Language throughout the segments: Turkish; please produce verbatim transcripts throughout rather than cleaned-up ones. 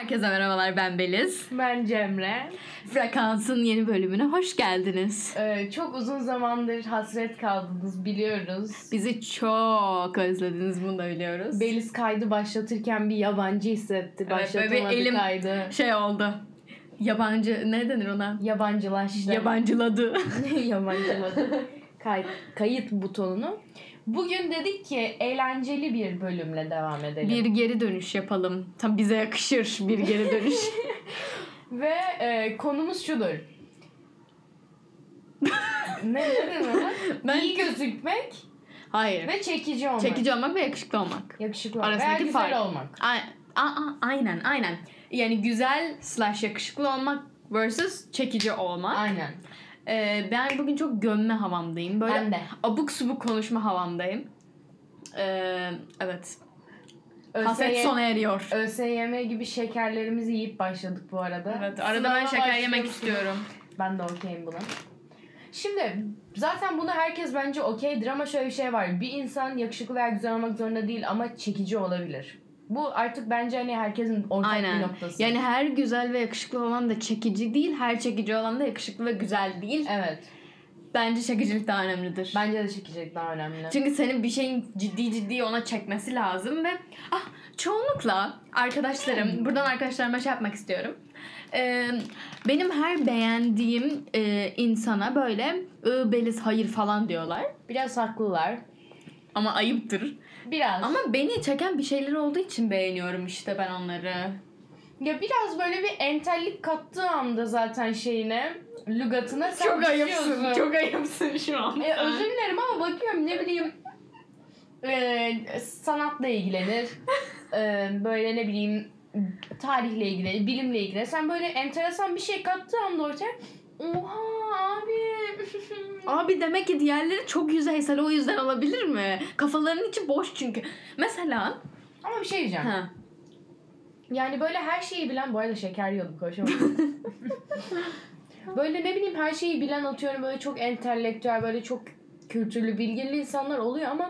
Herkese merhabalar, ben Beliz. Ben Cemre. Frekans'ın yeni bölümüne hoş geldiniz. Ee, çok uzun zamandır hasret kaldınız, biliyoruz. Bizi çok özlediniz, bunu da biliyoruz. Beliz kaydı başlatırken bir yabancı hissetti. Başlatamadı evet, elim kaydı. Şey oldu. Yabancı, ne denir ona? Yabancılaştı. Yabancıladı. Yabancıladı. Kay, kayıt butonunu. Bugün dedik ki eğlenceli bir bölümle devam edelim. Bir geri dönüş yapalım. Tam bize yakışır bir geri dönüş. Ve e, konumuz şudur. ne ne demek? Ben... İyi gözükmek. Hayır. Ve çekici olmak. Çekici olmak ve yakışıklı olmak. Yakışıklı olmak. Arasındaki Veya fark. güzel olmak. A- a- a- aynen aynen. Yani güzel slash yakışıklı olmak versus çekici olmak. Aynen. Ee, ben bugün çok gömme havamdayım. Böyle Ben de. abuk subuk konuşma havamdayım. Ee, evet. Hasret ÖSY sona eriyor. ÖSYM gibi şekerlerimizi yiyip başladık bu arada. Evet, arada Sınava ben şeker yemek başlıyoruz. istiyorum. Ben de okeyim buna. Şimdi zaten bunu herkes bence okeydir ama şöyle bir şey var. Bir insan yakışıklı veya güzel olmak zorunda değil ama çekici olabilir. Bu artık bence hani herkesin ortak Aynen. bir noktası. Yani her güzel ve yakışıklı olan da çekici değil, her çekici olan da yakışıklı ve güzel değil. Evet. Bence çekicilik daha önemlidir. Bence de çekicilik daha önemli. Çünkü senin bir şeyin ciddi ciddi ona çekmesi lazım ve ah çoğunlukla arkadaşlarım, buradan arkadaşlarıma şey yapmak istiyorum. Ee, benim her beğendiğim e, insana böyle ı Beliz hayır falan diyorlar. Biraz haklılar. Ama ayıptır. Biraz. Ama beni çeken bir şeyler olduğu için beğeniyorum işte ben onları. Ya biraz böyle bir entellik kattığı anda zaten şeyine, lügatına sen Çok ayıpsın. düşüyorsun. Çok ayıpsın şu an. E, özür dilerim ama bakıyorum ne bileyim e, sanatla ilgilenir. e, böyle ne bileyim tarihle ilgilenir, bilimle ilgilenir. Sen böyle enteresan bir şey kattığı anda ortaya oha abi. Abi demek ki diğerleri çok yüzeysel, o yüzden olabilir mi? Kafalarının içi boş çünkü. Mesela Ama bir şey diyeceğim. ha. Yani böyle her şeyi bilen, bu arada şeker yiyordum konuşamadım. Böyle ne bileyim her şeyi bilen, atıyorum böyle çok entelektüel, böyle çok kültürlü, bilgili insanlar oluyor ama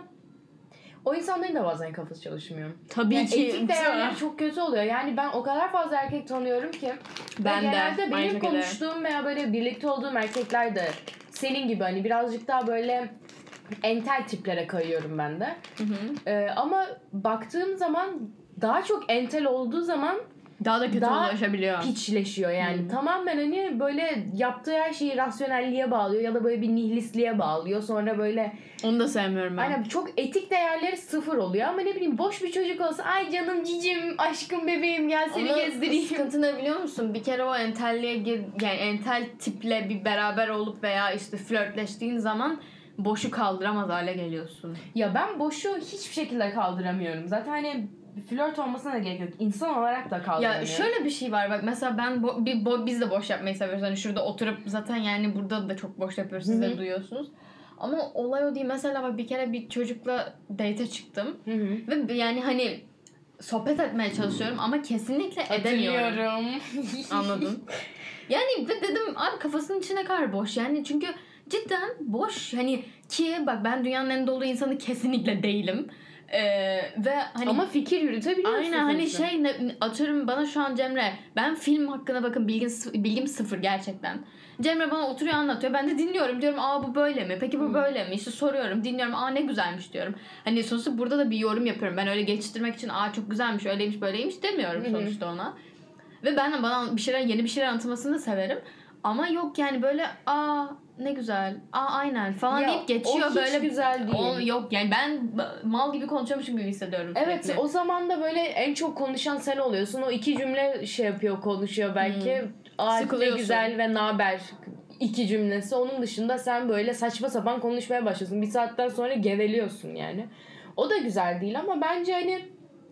o insanların da bazen kafası çalışmıyor. Tabii yani ki. etik değerleri çok kötü oluyor. Yani ben o kadar fazla erkek tanıyorum ki. Ben ve de. genelde benim Aynı konuştuğum veya böyle birlikte olduğum erkekler de senin gibi hani birazcık daha böyle entel tiplere kayıyorum ben de. Hı hı. Ee, ama baktığım zaman daha çok entel olduğu zaman Daha da kötü daha ulaşabiliyor. piçleşiyor yani. Hmm. Tamamen hani böyle yaptığı her şeyi rasyonelliğe bağlıyor ya da böyle bir nihilistliğe bağlıyor. Sonra böyle Onu da sevmiyorum ben. aynen çok etik değerleri sıfır oluyor ama ne bileyim boş bir çocuk olsa ay canım cicim aşkım bebeğim gel seni Onun gezdireyim. sıkıntı ne biliyor musun? Bir kere o entelliğe gir, yani entel tiple bir beraber olup veya işte flörtleştiğin zaman boşu kaldıramaz hale geliyorsun. Ya ben boşu hiçbir şekilde kaldıramıyorum. Zaten hani flört olmasına da gerek yok. İnsan olarak da kaldıramıyorum. Ya şöyle bir şey var bak, mesela ben bo- bir bo- biz de boş yapmayı seviyoruz. Hani şurada oturup zaten yani burada da çok boş yapıyoruz. Siz de duyuyorsunuz. Ama olay o değil. Mesela bak bir kere bir çocukla date'e çıktım. Hı hı. Ve yani hani sohbet etmeye çalışıyorum ama kesinlikle edemiyorum. Hatırlıyorum. Anladın? Yani ve dedim abi kafasının içine kadar boş. Yani çünkü cidden boş. Hani ki bak ben dünyanın en dolu insanı kesinlikle değilim. Ee, ve hani Ama fikir yürütebiliyorsun. aynen hani sonuçta. şey ne, atıyorum bana şu an Cemre, ben film hakkında bakın bilgim, bilgim sıfır gerçekten. Cemre bana oturuyor anlatıyor, ben de dinliyorum, diyorum aa bu böyle mi, peki bu Hmm. böyle mi, işte soruyorum, dinliyorum, aa ne güzelmiş diyorum. Hani sonuçta burada da bir yorum yapıyorum, ben öyle geçiştirmek için aa çok güzelmiş öyleymiş böyleymiş demiyorum sonuçta ona. Ve ben de bana bir şeyler, yeni bir şeyler anlatmasını da severim. Ama yok yani böyle aa ne güzel, aa aynen falan Ya, deyip geçiyor o hiç böyle. güzel değil. O, yok yani ben mal gibi konuşuyormuşum gibi hissediyorum Evet, sürekli. o zaman da böyle en çok konuşan sen oluyorsun. O iki cümle şey yapıyor, konuşuyor belki. Hmm. Aa ne Sıkılıyorsun. güzel ve naber iki cümlesi. Onun dışında sen böyle saçma sapan konuşmaya başlıyorsun. Bir saatten sonra geveliyorsun yani. O da güzel değil ama bence hani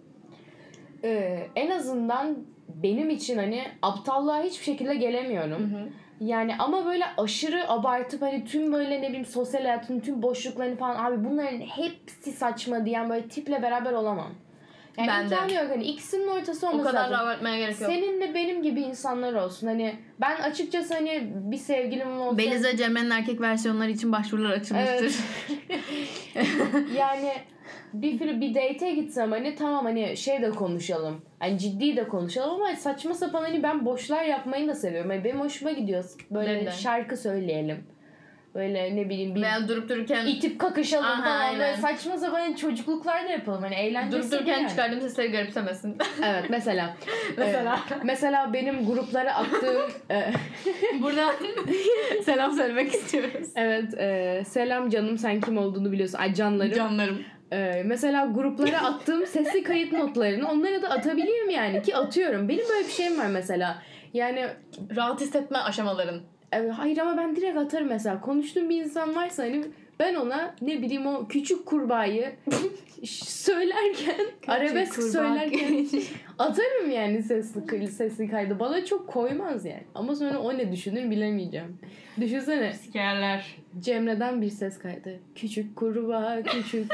e, en azından benim için hani aptallığa hiçbir şekilde gelemiyorum. Hı hı. Yani ama böyle aşırı abartıp hani tüm böyle ne bileyim sosyal hayatın tüm boşluklarını falan abi bunların hepsi saçma diyen böyle tiple beraber olamam. Yani Ben de. imkanı yok hani ikisinin ortası O olması kadar lazım. abartmaya gerek yok. Senin de benim gibi insanlar olsun. Hani ben açıkçası hani bir sevgilim olsa... Belize Cemre'nin erkek versiyonları için başvurular açılmıştır. Evet. Yani bir film bir date'e gitsem hani tamam hani şey de konuşalım. Hani ciddi de konuşalım ama saçma sapan hani ben boşlar yapmayı da seviyorum. Yani benim hoşuma gidiyor. Böyle Neden? şarkı söyleyelim. Böyle ne bileyim bir Veya durup dururken itip kakışalım Aha, falan. aynen. Böyle saçma sapan hani çocukluklar da yapalım. Hani eğlencesi durup dururken yani. çıkardığım sesleri garipsemesin. Evet mesela. Mesela. Ee, mesela benim gruplara attığım e, Buradan selam söylemek istiyoruz. evet e, selam canım sen kim olduğunu biliyorsun. Ay canlarım. Canlarım. Ee, mesela gruplara attığım sesli kayıt notlarını onlara da atabiliyorum yani ki atıyorum. Benim böyle bir şeyim var mesela. Yani Rahat hissetme aşamaların. e, hayır ama ben direkt atarım mesela. Konuştuğum bir insan varsa hani ben ona ne bileyim o küçük kurbağayı söylerken arabesk kurbağa. söylerken atarım yani sesli sesli kaydı. Bana çok koymaz yani. Ama sonra o ne düşünür bilemeyeceğim. Düşünsene. Sikerler. Cemre'den bir ses kaydı. Küçük kurbağa, küçük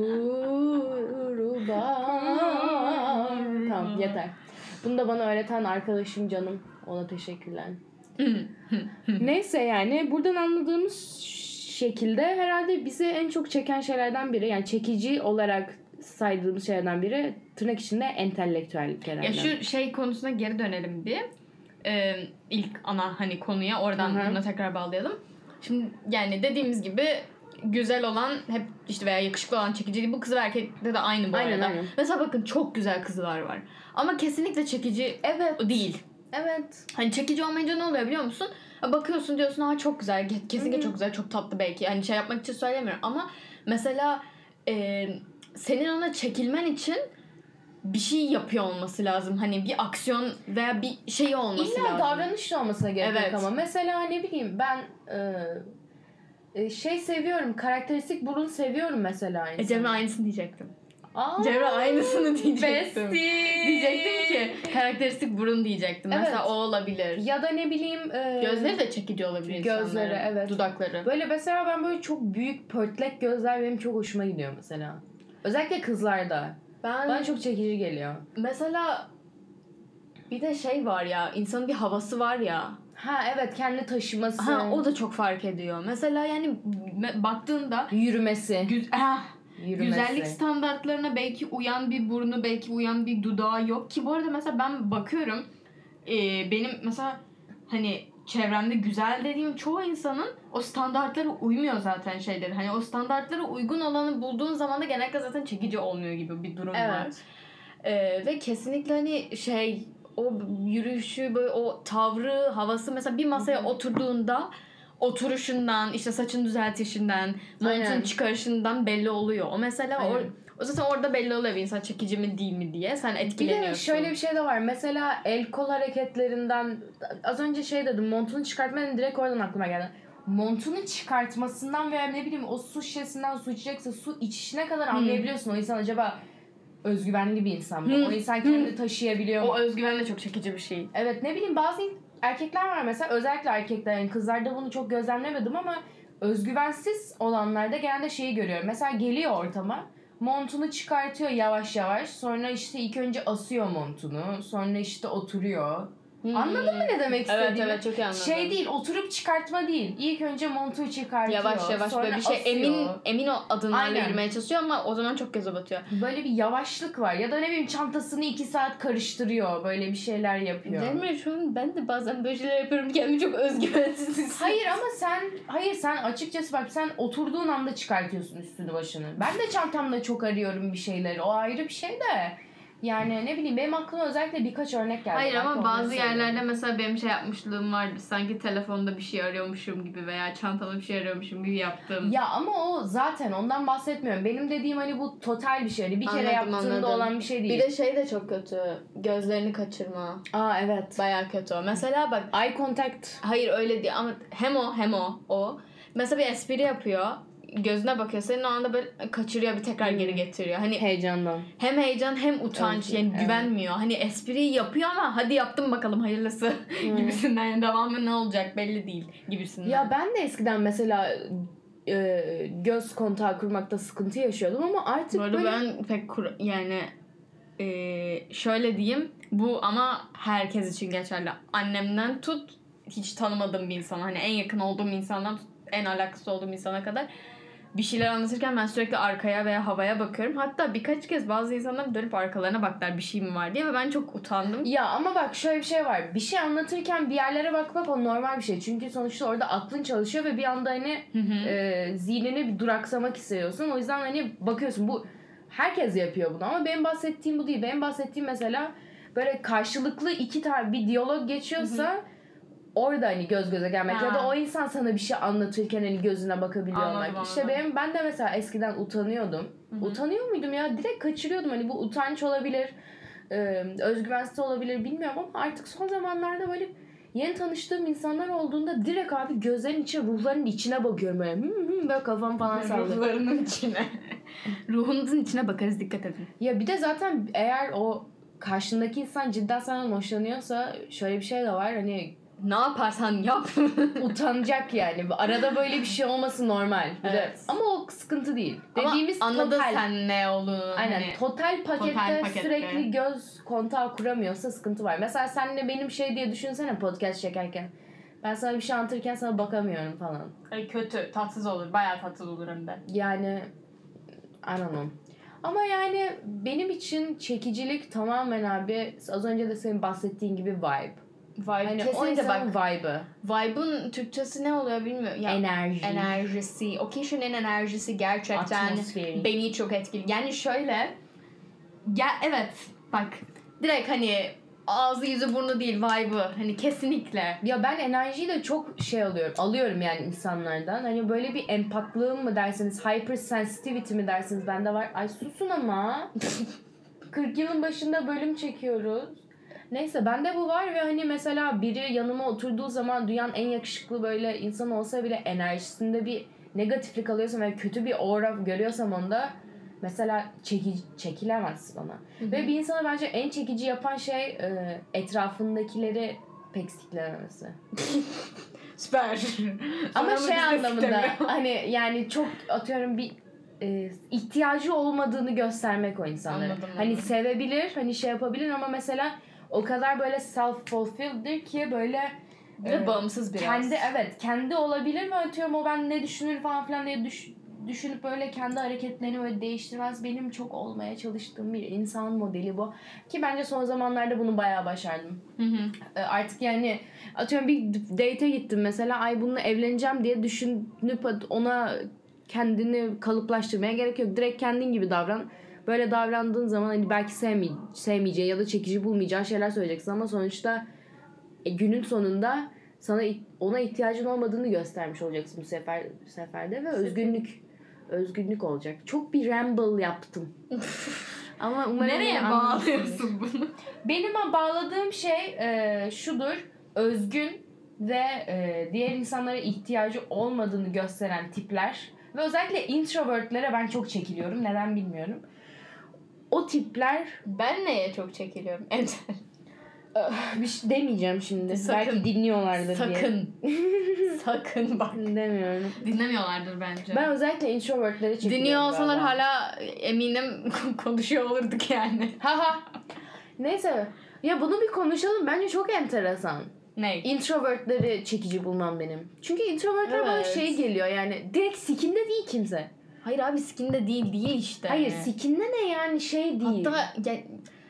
kurbağa. Tamam yeter. Bunu da bana öğreten arkadaşım canım. Ona teşekkürler. Neyse yani buradan anladığımız şekilde herhalde bizi en çok çeken şeylerden biri, yani çekici olarak saydığımız şeylerden biri tırnak içinde entelektüellik herhalde. Ya şu şey konusuna geri dönelim bir. Ee, ilk ana hani konuya oradan Hı hı. buna tekrar bağlayalım. Şimdi yani dediğimiz gibi güzel olan hep işte veya yakışıklı olan çekici değil. Bu kız ve erkekte de aynı bu Aynen, arada. aynen. Mesela bakın çok güzel kızlar var. Ama kesinlikle çekici Evet. değil. Evet. Hani çekici olmayınca ne oluyor biliyor musun? Bakıyorsun diyorsun ha çok güzel. Kesinlikle Hı-hı. çok güzel. Çok tatlı belki. Hani şey yapmak için söylemiyorum. Ama mesela e, senin ona çekilmen için bir şey yapıyor olması lazım. Hani bir aksiyon veya bir şey olması İlla lazım. davranış da olmasına gerek Evet. yok ama. Mesela ne bileyim ben e, şey seviyorum. Karakteristik burun seviyorum mesela. E Cemre aynısını diyecektim. Aa, Cemre aynısını diyecektim. bestie. Diyecektim ki karakteristik burun diyecektim. Evet. Mesela o olabilir. Ya da ne bileyim e, Gözleri de çekici olabilir Gözleri, insanların. evet. Dudakları. böyle mesela ben böyle çok büyük pörtlek gözler benim çok hoşuma gidiyor mesela. Özellikle kızlarda. Ben Bana çok çekici geliyor. mesela bir de şey var ya, insanın bir havası var ya. Ha evet, kendi taşıması. Ha o da çok fark ediyor. Mesela yani me- baktığında Yürümesi. gü- ah, Yürümesi. güzellik standartlarına belki uyan bir burnu, belki uyan bir dudağı yok ki bu arada mesela ben bakıyorum e, benim mesela hani çevremde güzel dediğim çoğu insanın o standartlara uymuyor zaten şeyleri. Hani o standartlara uygun olanı bulduğun zaman da genellikle zaten çekici olmuyor gibi bir durum var. Evet. Ee, ve kesinlikle hani şey o yürüyüşü böyle o tavrı havası mesela bir masaya Hı-hı. oturduğunda oturuşundan işte saçını düzeltişinden montun Aynen. çıkarışından belli oluyor. O mesela o, Aynen. o zaten orada belli oluyor bir insan çekici mi değil mi diye sen Bir etkileniyorsun. de şöyle bir şey de var. Mesela el kol hareketlerinden az önce şey dedim, montunu çıkartmanın direkt oradan aklıma geldi. Montunu çıkartmasından veya ne bileyim o su şişesinden su içecekse su içişine kadar anlayabiliyorsun. O insan acaba özgüvenli bir insan mı? Hmm. O insan kendi taşıyabiliyor mu? O özgüven de çok çekici bir şey. Evet, ne bileyim bazı erkekler var mesela, özellikle erkekler, yani kızlarda bunu çok gözlemlemedim ama özgüvensiz olanlarda genelde şeyi görüyorum. Mesela geliyor ortama, montunu çıkartıyor yavaş yavaş, sonra işte ilk önce asıyor montunu, sonra işte oturuyor. Hmm. Anladın mı ne demek istediğimi? Evet evet çok iyi anladım. Şey değil, oturup çıkartma değil. İlk önce montuyu çıkartıyor. Yavaş yavaş sonra böyle bir şey asıyor. emin emin o adımlarla Aynen. yürümeye çalışıyor ama o zaman çok göze batıyor. Böyle bir yavaşlık var. Ya da ne bileyim çantasını iki saat karıştırıyor. Böyle bir şeyler yapıyor. Cemre şu an ben de bazen böyle şeyler yapıyorum kendimi çok özgüvensiz hissediyorum. Hayır ama sen hayır sen açıkçası bak, sen oturduğun anda çıkartıyorsun üstünü başını. Ben de çantamda çok arıyorum bir şeyleri. O ayrı bir şey de. Yani ne bileyim benim aklıma özellikle birkaç örnek geldi. Hayır Belki ama onları bazı söyleyeyim. yerlerde mesela benim şey yapmışlığım vardı. Sanki telefonda bir şey arıyormuşum gibi veya çantamda bir şey arıyormuşum gibi yaptım. Ya ama o zaten ondan bahsetmiyorum. Benim dediğim hani bu total bir şey. Hani bir kere Anladım, yaptığında anladım. olan bir şey değil. Bir de şey de çok kötü. Gözlerini kaçırma. Aa evet. Baya kötü o. Mesela bak. Eye contact. Hayır öyle değil ama hem o hem o. o. Mesela bir espri yapıyor. Gözüne bakıyor. Senin o anda böyle kaçırıyor bir tekrar Hmm. geri getiriyor. Hani Heyecandan. hem heyecan hem utanç. Özgür, Yani evet. güvenmiyor. Hani espriyi yapıyor ama hadi yaptım bakalım hayırlısı Hmm. gibisinden. Yani devamı ne olacak belli değil gibisinden. Ya ben de eskiden mesela e, göz kontağı kurmakta sıkıntı yaşıyordum ama artık Bu arada böyle... ben pek kur- yani e, şöyle diyeyim bu ama herkes için geçerli. Annemden tut hiç tanımadığım bir insan, hani en yakın olduğum insandan tut en alakası olduğum insana kadar bir şeyler anlatırken ben sürekli arkaya veya havaya bakıyorum. Hatta birkaç kez bazı insanlar dönüp arkalarına baktılar bir şey mi var diye ve ben çok utandım. Ya ama bak şöyle bir şey var. Bir şey anlatırken bir yerlere bakmak o normal bir şey. Çünkü sonuçta orada aklın çalışıyor ve bir anda hani e, zihnini bir duraksamak istiyorsun. O yüzden hani bakıyorsun. Bu herkes yapıyor bunu ama benim bahsettiğim bu değil. Benim bahsettiğim mesela böyle karşılıklı iki tane bir diyalog geçiyorsa hı hı. orada hani göz göze gelmek ha. ya da o insan sana bir şey anlatırken hani gözüne bakabiliyor olmak. Anladım, işte anladım. benim ben de mesela eskiden utanıyordum. Hı-hı. Utanıyor muydum ya? Direkt kaçırıyordum. Hani bu utanç olabilir, e, özgüvensizlik olabilir bilmiyorum ama artık son zamanlarda böyle yeni tanıştığım insanlar olduğunda direkt abi gözlerin içine, ruhların içine bakıyorum böyle. Hı hı böyle kafam falan sallıyor. Ruhlarının içine. Ruhunuzun içine bakarız, dikkat edin. Ya bir de zaten eğer o karşındaki insan cidden senden hoşlanıyorsa şöyle bir şey de var hani ne yaparsan yap. Utanacak yani. Arada böyle bir şey olması normal. Bir evet. de, ama o sıkıntı değil. Dediğimiz ama anladın total, sen ne olduğunu. Aynen. Hani, total, pakette total pakette sürekli göz kontağı kuramıyorsa sıkıntı var. Mesela senle benim şey diye düşünsene podcast çekerken. Ben sana bir şey anlatırken sana bakamıyorum falan. Ay kötü. Tatsız olur. Bayağı tatsız olur hem de. Yani I don't know. Ama yani benim için çekicilik tamamen abi az önce de senin bahsettiğin gibi vibe. Vibe. Hani o insanın vibe'ı. Vibe'ın Türkçesi ne oluyor bilmiyorum. Ya, enerji. Enerjisi. O kişinin enerjisi gerçekten atmosferi. Beni çok etkili. Yani şöyle. Ya evet. Bak. Direkt hani ağzı yüzü burnu değil vibe'ı. Hani kesinlikle. Ya ben enerjiyi de çok şey alıyorum. Alıyorum yani insanlardan. Hani böyle bir empatlığım mı derseniz, hypersensitivity mi dersiniz bende var. Ay susun ama. kırk yılın başında bölüm çekiyoruz. Neyse bende bu var ve hani mesela biri yanıma oturduğu zaman dünyanın en yakışıklı böyle insan olsa bile enerjisinde bir negatiflik alıyorsam ve kötü bir aura görüyorsam onda mesela çeki, çekilemez bana. Hı-hı. Ve bir insana bence en çekici yapan şey e, etrafındakileri pek siklememesi. Süper. Ama şey anlamında hani yani çok atıyorum bir e, ihtiyacı olmadığını göstermek o insanlara. Anladım, hani anladım. Sevebilir, hani şey yapabilir ama mesela o kadar böyle self-fulfilled'dir ki böyle ve e, bağımsız biraz. Kendi evet, kendi olabilir mi atıyorum o ben ne düşünür falan filan diye düş, düşünüp böyle kendi hareketlerini böyle değiştirmez. Benim çok olmaya çalıştığım bir insan modeli bu. Ki bence son zamanlarda bunu bayağı başardım. Hı hı. E, artık yani atıyorum bir date'e gittim mesela ay bununla evleneceğim diye düşünüp ona kendini kalıplaştırmaya gerek yok. Direkt kendin gibi davran. Böyle davrandığın zaman hani belki sevmeye, sevmeyeceği ya da çekici bulmayacağı şeyler söyleyeceksin ama sonuçta e, günün sonunda sana ona ihtiyacın olmadığını göstermiş olacaksın bu sefer bu seferde ve özgünlük özgünlük olacak. Çok bir ramble yaptım. Ama umarım nereye bağlıyorsun bunu? Benim bağladığım şey e, şudur. Özgün ve e, diğer insanlara ihtiyacı olmadığını gösteren tipler ve özellikle introvertlere ben çok çekiliyorum. Neden bilmiyorum. O tipler... Ben neye çok çekiliyorum? Evet. Bir şey demeyeceğim şimdi. Sakın. Belki dinliyorlardır Sakın. diye. Sakın bak. Demiyorum. Dinlemiyorlardır bence. Ben özellikle introvertlere çekiliyorum. Dinliyor olsalar hala eminim konuşuyor olurduk yani. Haha. Neyse. Ya bunu bir konuşalım. Bence çok enteresan. Ne? Introvertleri çekici bulmam benim. Çünkü introvertler evet. bana şey geliyor yani. Direkt sikinde değil kimse. Hayır abi sikinde değil değil işte. Hayır sikinde ne yani şey değil. Hatta ya,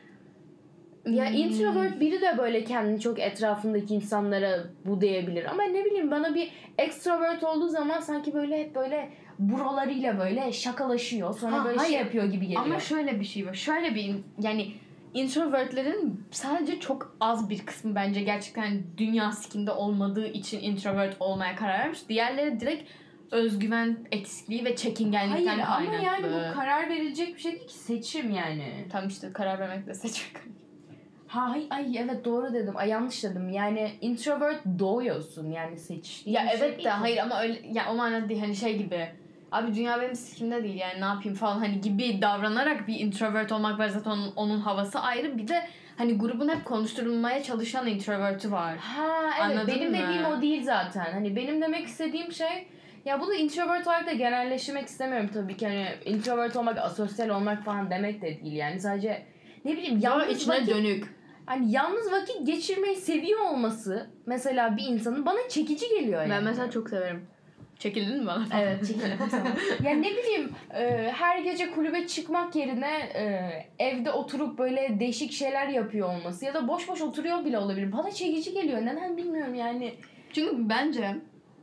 ya hmm. introvert biri de böyle kendini çok etrafındaki insanlara bu diyebilir. Ama ne bileyim bana bir extrovert olduğu zaman sanki böyle hep böyle buralarıyla böyle şakalaşıyor. Sonra ha, böyle hayır. şey yapıyor gibi geliyor. Ama şöyle bir şey var. Şöyle bir yani introvertlerin sadece çok az bir kısmı bence gerçekten dünya sikinde olmadığı için introvert olmaya karar vermiş. Diğerleri direkt özgüven eksikliği ve çekingenlikten hayır, kaynaklı. Hayır ama yani bu karar verilecek bir şey değil ki seçim yani. Tam işte karar vermek de seçmek. Ha, ay, ay evet doğru dedim. Ay yanlış dedim. Yani introvert doğuyorsun yani seçtiğin ya şey evet de hayır ama öyle ya o manada değil hani şey gibi. Abi dünya benim sikimde değil yani ne yapayım falan hani gibi davranarak bir introvert olmak var zaten onun, onun havası ayrı. Bir de hani grubun hep konuşturulmaya çalışan introvert'i var. Ha evet anladın benim mı? Dediğim o değil zaten. Hani benim demek istediğim şey ya bunu introvert olarak da genelleştirmek istemiyorum tabii ki. Hani introvert olmak, asosyal olmak falan demek de değil yani. Sadece ne bileyim yalnız ya içine vakit, dönük. Hani yalnız vakit geçirmeyi seviyor olması mesela bir insanın bana çekici geliyor yani. Ben mesela çok severim. Çekildin mi bana? Evet, çekildim sana. Yani ne bileyim e, her gece kulübe çıkmak yerine e, evde oturup böyle değişik şeyler yapıyor olması ya da boş boş oturuyor bile olabilir. Bana çekici geliyor. Neden bilmiyorum yani. Çünkü bence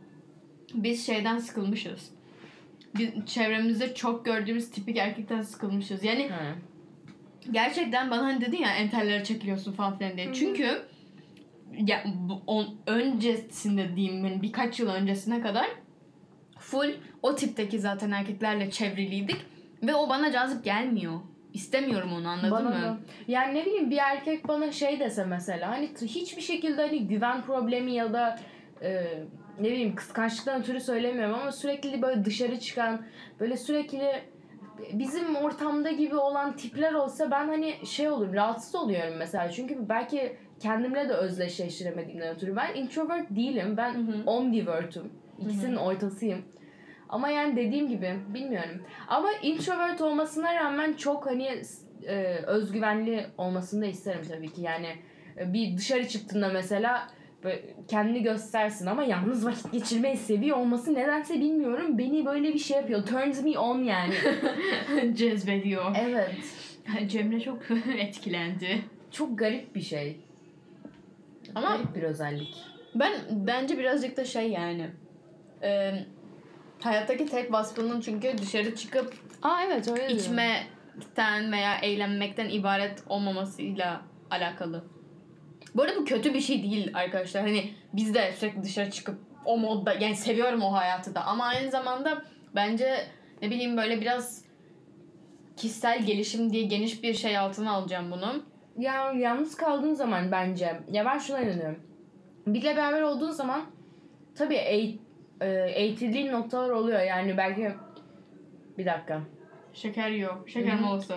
biz şeyden sıkılmışız. Biz çevremizde çok gördüğümüz tipik erkekten sıkılmışız. Yani Ha. gerçekten bana hani dedin ya entellere çekiliyorsun falan filan diye. Hı hı. Çünkü ya, bu, on, öncesinde diyeyim yani birkaç yıl öncesine kadar full o tipteki zaten erkeklerle çevriliydik. Ve o bana cazip gelmiyor. İstemiyorum onu, anladın Bana mı? da. Yani ne bileyim bir erkek bana şey dese mesela hani t- hiçbir şekilde hani güven problemi ya da e, ne bileyim kıskançlıktan ötürü söylemiyorum ama sürekli böyle dışarı çıkan böyle sürekli bizim ortamda gibi olan tipler olsa ben hani şey olurum, rahatsız oluyorum mesela. Çünkü belki kendimle de özdeşleştiremediğimden ötürü. Ben introvert değilim. Ben Hı hı. omnivert'üm. İkisinin Hı hı. ortasıyım. Ama yani dediğim gibi bilmiyorum. Ama introvert olmasına rağmen çok hani e, özgüvenli olmasını da isterim tabii ki. Yani e, bir dışarı çıktığında mesela böyle kendini göstersin ama yalnız vakit geçirmeyi seviyor olması nedense bilmiyorum. Beni böyle bir şey yapıyor. Turns me on yani. Cezbediyor. Evet. Cemre çok etkilendi. Çok garip bir şey. Ama garip bir özellik. ben bence birazcık da şey yani. E, hayattaki tek vasfının çünkü dışarı çıkıp Aa evet öyle diyor. içmekten veya eğlenmekten ibaret olmamasıyla alakalı. Bu arada bu kötü bir şey değil arkadaşlar. Hani biz de sürekli dışarı çıkıp o modda, yani seviyorum o hayatı da. Ama aynı zamanda bence ne bileyim böyle biraz kişisel gelişim diye geniş bir şey altına alacağım bunu. Ya yalnız kaldığın zaman bence, ya ben şuna inanıyorum. Biriyle beraber olduğun zaman tabii eğit, e, eğitildiğin noktalar oluyor. Yani belki bir dakika. Şeker yok. Şeker Hı-hı. molası.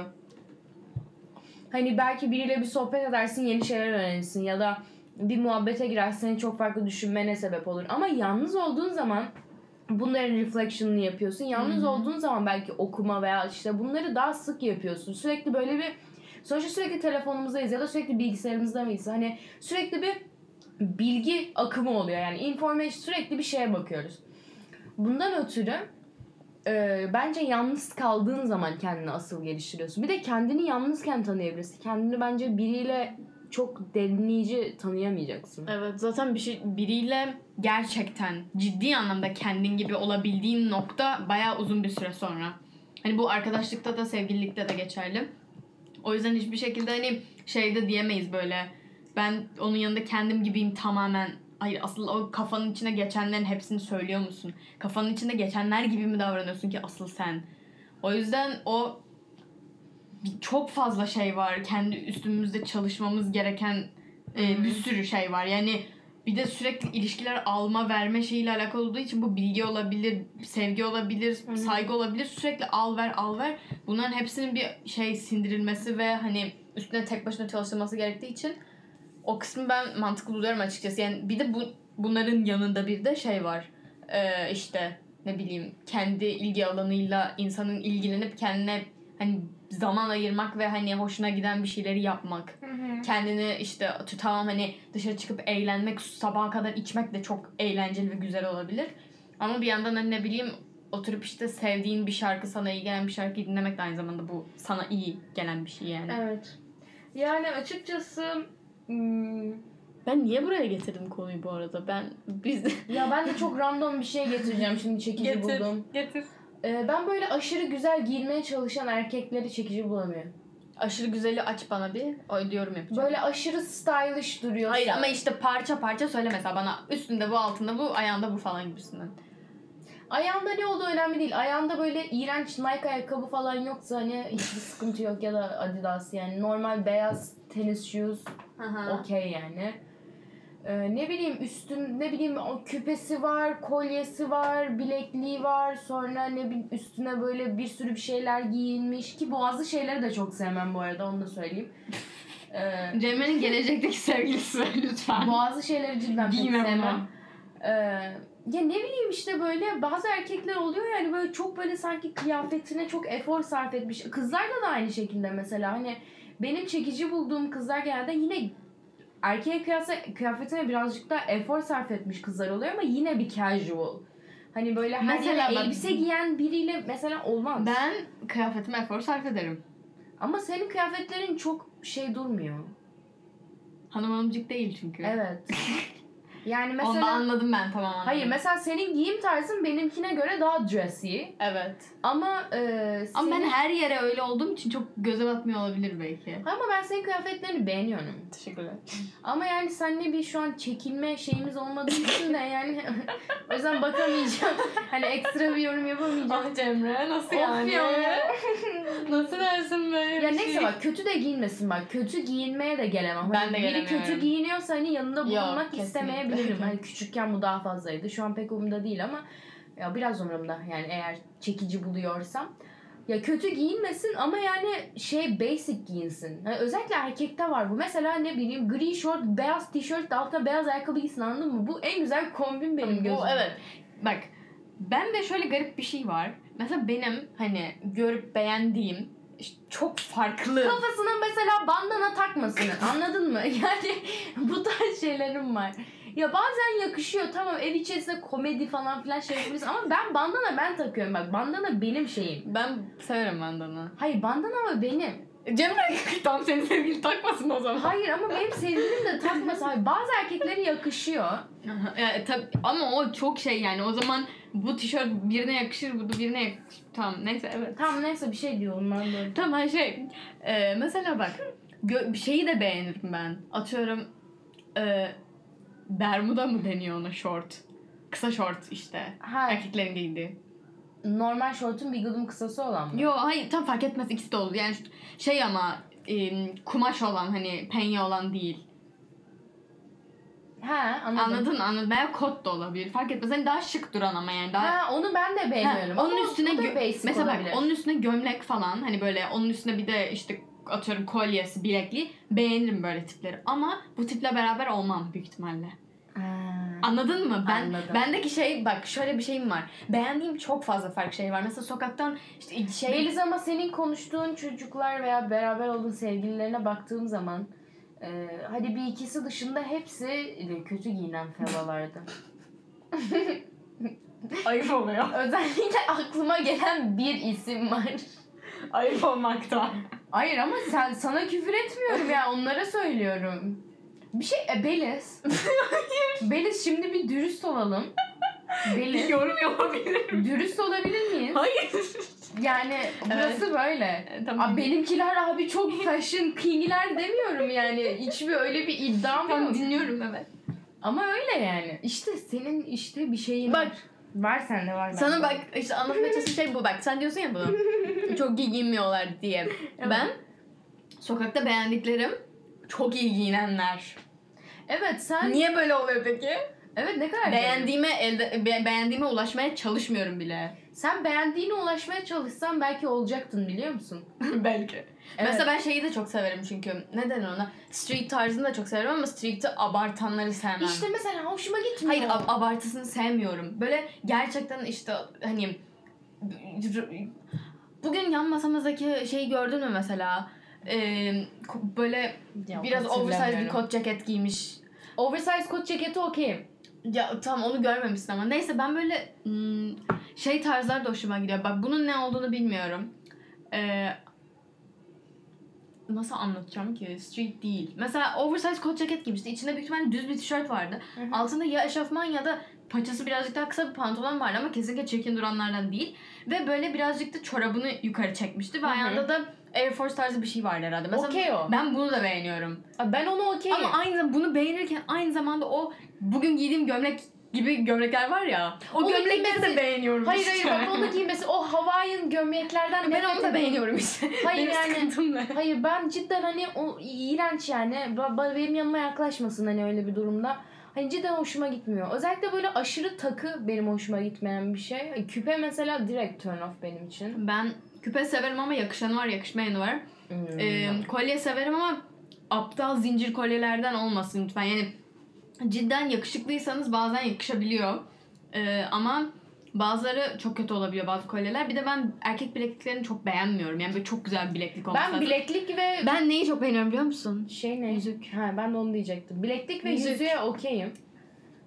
Hani belki biriyle bir sohbet edersin, yeni şeyler öğrenirsin ya da bir muhabbete girersin, seni çok farklı düşünmene sebep olur. Ama yalnız olduğun zaman bunların reflection'ını yapıyorsun. Yalnız Hı-hı. olduğun zaman belki okuma veya işte bunları daha sık yapıyorsun. Sürekli böyle bir, sonuçta sürekli telefonumuzdayız ya da sürekli bilgisayarımızda mıyız? Hani sürekli bir bilgi akımı oluyor. Yani information, sürekli bir şeye bakıyoruz. Bundan ötürü e, bence yalnız kaldığın zaman kendini asıl geliştiriyorsun. Bir de kendini yalnızken tanıyabilirsin. Kendini bence biriyle çok derinleyici tanıyamayacaksın. Evet, zaten bir şey biriyle gerçekten ciddi anlamda kendin gibi olabildiğin nokta bayağı uzun bir süre sonra. Hani bu arkadaşlıkta da sevgililikte de geçerli. O yüzden hiçbir şekilde hani şeyde diyemeyiz böyle. Ben onun yanında kendim gibiyim tamamen. Hayır, asıl o kafanın içine geçenlerin hepsini söylüyor musun? Kafanın içinde geçenler gibi mi davranıyorsun ki asıl sen? O yüzden o çok fazla şey var. Kendi üstümüzde çalışmamız gereken e, bir sürü şey var. Yani bir de sürekli ilişkiler alma verme şeyiyle alakalı olduğu için bu bilgi olabilir, sevgi olabilir, Hı-hı. saygı olabilir. Sürekli al ver al ver. Bunların hepsinin bir şey sindirilmesi ve hani üstüne tek başına çalışılması gerektiği için o kısmı ben mantıklı buluyorum açıkçası. Yani bir de bu bunların yanında bir de şey var. Ee, işte ne bileyim kendi ilgi alanıyla insanın ilgilenip kendine hani zaman ayırmak ve hani hoşuna giden bir şeyleri yapmak. Hı hı. Kendini işte tamam hani dışarı çıkıp eğlenmek, sabaha kadar içmek de çok eğlenceli ve güzel olabilir. Ama bir yandan hani ne bileyim oturup işte sevdiğin bir şarkı, sana iyi gelen bir şarkıyı dinlemek de aynı zamanda bu sana iyi gelen bir şey yani. Evet. Yani açıkçası hmm, ben niye buraya getirdim konuyu bu arada? Ben biz ya ben de çok random bir şey getireceğim şimdi, çekici getir, buldum. Getir. Ee, ben böyle aşırı güzel giyinmeye çalışan erkekleri çekici bulamıyorum. Aşırı güzeli aç bana bir. O diyorum yapacağım. Böyle aşırı stylish duruyor. Hayır ama işte parça parça söyle mesela bana. Üstünde bu, altında bu, ayağında bu falan gibisinden. Ayağında ne olduğu önemli değil. Ayağında böyle iğrenç Nike ayakkabı falan yoksa hani hiçbir sıkıntı yok ya da Adidas, yani normal beyaz tenis shoes okey yani. Ee, ne bileyim üstün, ne bileyim o küpesi var, kolyesi var, bilekliği var, sonra ne bileyim üstüne böyle bir sürü bir şeyler giyinmiş ki bazı şeyleri de çok sevmem bu arada, onu da söyleyeyim. Ee, Cemre'nin gelecekteki sevgilisi lütfen. bazı şeyleri cidden pek Giymem sevmem. ama. Ee, ya ne bileyim işte böyle bazı erkekler oluyor yani böyle çok böyle sanki kıyafetine çok efor sarf etmiş. Kızlarda da aynı şekilde mesela hani benim çekici bulduğum kızlar genelde yine erkeğe kıyasla kıyafetine birazcık daha efor sarf etmiş kızlar oluyor ama yine bir casual. Hani böyle her Mesela yere bak- elbise giyen biriyle mesela olmaz. Ben kıyafetime efor sarf ederim. Ama senin kıyafetlerin çok şey durmuyor. Hanım hanımcık değil çünkü. Evet. Yani Onu da mesela anladım ben, tamam anladım. hayır mesela senin giyim tarzın benimkine göre daha dressy. Evet. Ama e, Ama senin... ben her yere öyle olduğum için çok göze batmıyor olabilir belki. Ama ben senin kıyafetlerini beğeniyorum. Teşekkürler. Ama yani seninle bir şu an çekilme şeyimiz olmadığı için de yani o yüzden bakamayacağım. Hani ekstra bir yorum yapamayacağım. Ah Cemre, nasıl Of yani? ya. Nasıl dersin böyle Ya bir neyse şey? bak kötü de giyinmesin bak. Kötü giyinmeye de gelemem. Ben Hani de biri gelemiyorum. kötü giyiniyorsa hani yanında Yok, bulunmak kesinlikle. istemeyebilirim. Hani küçükken bu daha fazlaydı. Şu an pek umurumda değil ama ya biraz umurumda yani eğer çekici buluyorsam. Ya kötü giyinmesin ama yani şey basic giyinsin. Yani özellikle erkekte var bu. Mesela ne bileyim gri şort, beyaz tişört, altta beyaz ayakkabı giysin, anladın mı? Bu en güzel kombin benim Bu, gözümde. evet. Bak, ben de şöyle garip bir şey var. Mesela benim hani görüp beğendiğim işte çok farklı. Kafasına mesela bandana takmasın. Anladın mı? Yani bu tarz şeylerim var. Ya bazen yakışıyor, tamam, ev içerisinde komedi falan filan şey yapabiliriz ama ben bandana ben takıyorum, bak bandana benim şeyim. Ben severim bandana. Hayır bandana ama benim. Cemre tam senin sevgili takmasın o zaman. Hayır ama benim sevgilim de takmasa. Hayır, bazı erkeklere yakışıyor. Ya, tabii, ama o çok şey yani, o zaman bu tişört birine yakışır, bu da birine yakışır. Tamam neyse, evet. Tamam neyse bir şey diyorum ben böyle. Tamam şey e, mesela bak gö- bir şeyi de beğenirim ben. Atıyorum e, bermuda mı deniyor ona, short? Kısa short işte. Ha, Erkeklerin giydiği. normal şortun bir gıdım kısası olan mı? Yo hayır, tam fark etmez, ikisi de olur. Yani şey ama e, kumaş olan, hani penye olan değil. Ha, anladım. Anladın mı? Anladın. Veya kot da olabilir. Fark etmez. Hani daha şık duran ama yani daha... Ha, onu ben de beğeniyorum. Ha, onun ama üstüne o da gö- basic mesela bak, olabilir. onun üstüne gömlek falan, hani böyle onun üstüne bir de işte atıyorum kolyesi, bilekliği, beğenirim böyle tipleri. Ama bu tiple beraber olmam büyük ihtimalle. Ha. Anladın mı? Ben Anladım. bendeki şey, bak şöyle bir şeyim var. Beğendiğim çok fazla farklı şey var. Mesela sokaktan işte şey... Beliz ama senin konuştuğun çocuklar veya beraber olduğun sevgililerine baktığım zaman e, hadi bir ikisi dışında hepsi kötü giyinen fellalardı. Ayıp oluyor. Özellikle aklıma gelen bir isim var. Ayıp olmakta. Hayır ama sen sana küfür etmiyorum ya, onlara söylüyorum. Bir şey e, Beliz. Beliz şimdi bir dürüst olalım. Beliz. Yorum yapabilirim. Dürüst olabilir miyiz? Hayır. Yani burası böyle. E, tamam. Abi benimkiler abi çok fashion kingler demiyorum yani. Hiçbir öyle bir iddiam Tamam, yok. dinliyorum, evet. Ama öyle yani. İşte senin işte bir şeyin Bak. var. Var sende var. Sana bende. bak işte anlatmaya çalıştığım şey bu, bak sen diyorsun ya bunu. Çok iyi giyinmiyorlar diye. Evet. Ben sokakta beğendiklerim çok iyi giyinenler. Evet sen. Niye böyle oluyor peki? Evet ne kadar Beğendiğime elde be- beğendiğime ulaşmaya çalışmıyorum bile. Sen beğendiğine ulaşmaya çalışsan belki olacaktın, biliyor musun? Belki. Evet. Mesela ben şeyi de çok severim çünkü. Neden ona? Street tarzını da çok severim ama street'i abartanları sevmem. İşte mesela hoşuma gitmiyor. Hayır, ab- abartısını sevmiyorum. Böyle gerçekten işte hani bugün yan masamızdaki şeyi gördün mü mesela? Ee, ko- böyle Ya, biraz oversize bir hatırlamıyorum. kot ceket giymiş. Oversize kot ceketi okeyim. Ya tam onu görmemişsin ama. Neyse ben böyle hmm, şey tarzlar da hoşuma gidiyor. Bak bunun ne olduğunu bilmiyorum. Ee, nasıl anlatacağım ki? Street değil. Mesela oversize kot ceket giymişti. İçinde büyük ihtimalle düz bir tişört vardı. Hı hı. Altında ya eşofman ya da paçası birazcık daha kısa bir pantolon vardı ama kesinlikle çirkin duranlardan değil. Ve böyle birazcık da çorabını yukarı çekmişti. Ve Hı hı. ayağında da Air Force tarzı bir şey vardı herhalde. Mesela Okey o. ben bunu da beğeniyorum. Ben onu okeyim. Ama aynı zamanda bunu beğenirken aynı zamanda o bugün giydiğim gömlek gibi gömlekler var ya. O Onu gömlekleri giymesi- de beğeniyorum Hayır işte. hayır bak onu giymesi, o Hawaiian gömleklerden Ben nefret onu da ediyorum. beğeniyorum işte. Hayır Benim yani- sıkıntım ne? Hayır ben cidden hani o iğrenç yani. Ba- ba- Benim yanıma yaklaşmasın hani öyle bir durumda. Hani cidden hoşuma gitmiyor. Özellikle böyle aşırı takı benim hoşuma gitmeyen bir şey. Küpe mesela direkt turn off benim için. Ben küpe severim ama yakışanı var, yakışmayanı var. Hmm. Ee, kolye severim ama aptal zincir kolyelerden olmasın lütfen. Yani cidden yakışıklıysanız bazen yakışabiliyor. Ee, ama bazıları çok kötü olabiliyor, bazı kolyeler. Bir de ben erkek bilekliklerini çok beğenmiyorum. Yani böyle çok güzel bir bileklik olması Ben lazım. bileklik ve Ben neyi çok beğeniyorum biliyor musun? şey ne? Yüzük. Ha ben de onu diyecektim. Bileklik ve Yüzük. yüzüğe okeyim.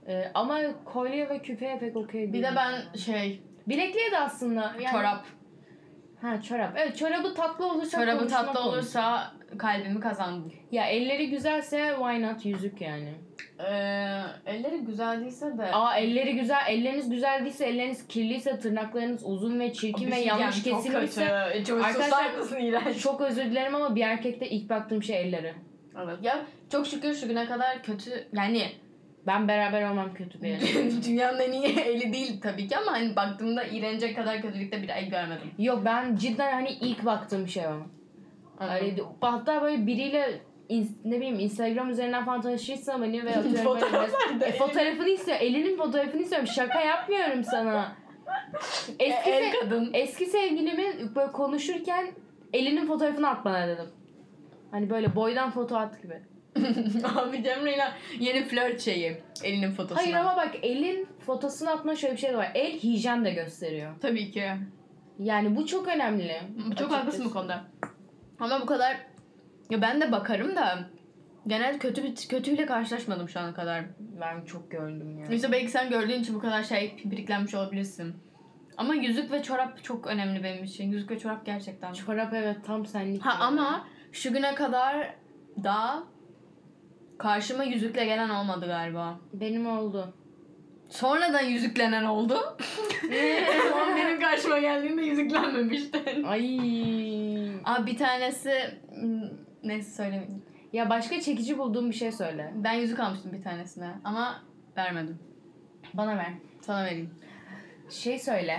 Ee, ama kolye ve küpeye pek okey değil. Bir de ben şey... Bilekliğe de aslında. Yani... Çorap. Ha çorap. Evet çorabı tatlı olursa Çorabı tatlı konuş. olursa kalbimi kazandım. Ya elleri güzelse why not yüzük yani. Ee, elleri güzel değilse de... Aa elleri güzel. Elleriniz güzel değilse, elleriniz kirliyse, tırnaklarınız uzun ve çirkin ve yanlış kesilmişse... Çok arkadaşlar çok özür dilerim ama bir erkekte ilk baktığım şey elleri. Evet. Ya çok şükür şu güne kadar kötü... Yani... Ben beraber olmam kötü bir el. Dünyanın en iyi eli değil tabii ki ama hani baktığımda iğrenecek kadar kötülükte bir el görmedim. Yok ben cidden hani ilk baktığım şey o. Yani, hatta böyle biriyle in, ne bileyim Instagram üzerinden falan tanışırsam hani ve atıyorum böyle e, fotoğrafını istiyor. Elinin fotoğrafını istiyorum. Şaka yapmıyorum sana. Eski, el kadın. Eski sevgilimi böyle konuşurken elinin fotoğrafını at bana dedim. Hani böyle boydan foto at gibi. Abi Cemre'yle yeni flört şeyi. Elinin fotosunu. Hayır ama bak elin fotosunu atma şöyle bir şey de var. El hijyen de gösteriyor. Tabii ki. Yani bu çok önemli. Çok haklısın bu konuda. Ama bu kadar... Ya ben de bakarım da... Genel kötü bir kötüyle karşılaşmadım şu ana kadar. Ben çok gördüm yani. İşte belki sen gördüğün için bu kadar şey piriklenmiş olabilirsin. Ama yüzük ve çorap çok önemli benim için. Yüzük ve çorap gerçekten. Çorap evet tam senlik. Ha yani. Ama şu güne kadar da karşıma yüzükle gelen olmadı galiba. Benim oldu. Sonradan yüzüklenen oldu. Ama benim karşıma geldiğinde yüzüklenmemişti. Ay. Abi bir tanesi... Neyse söylemeyeyim. Ya başka çekici bulduğum bir şey söyle. Ben yüzük almıştım bir tanesine ama vermedim. Bana ver. Sana vereyim. Şey söyle.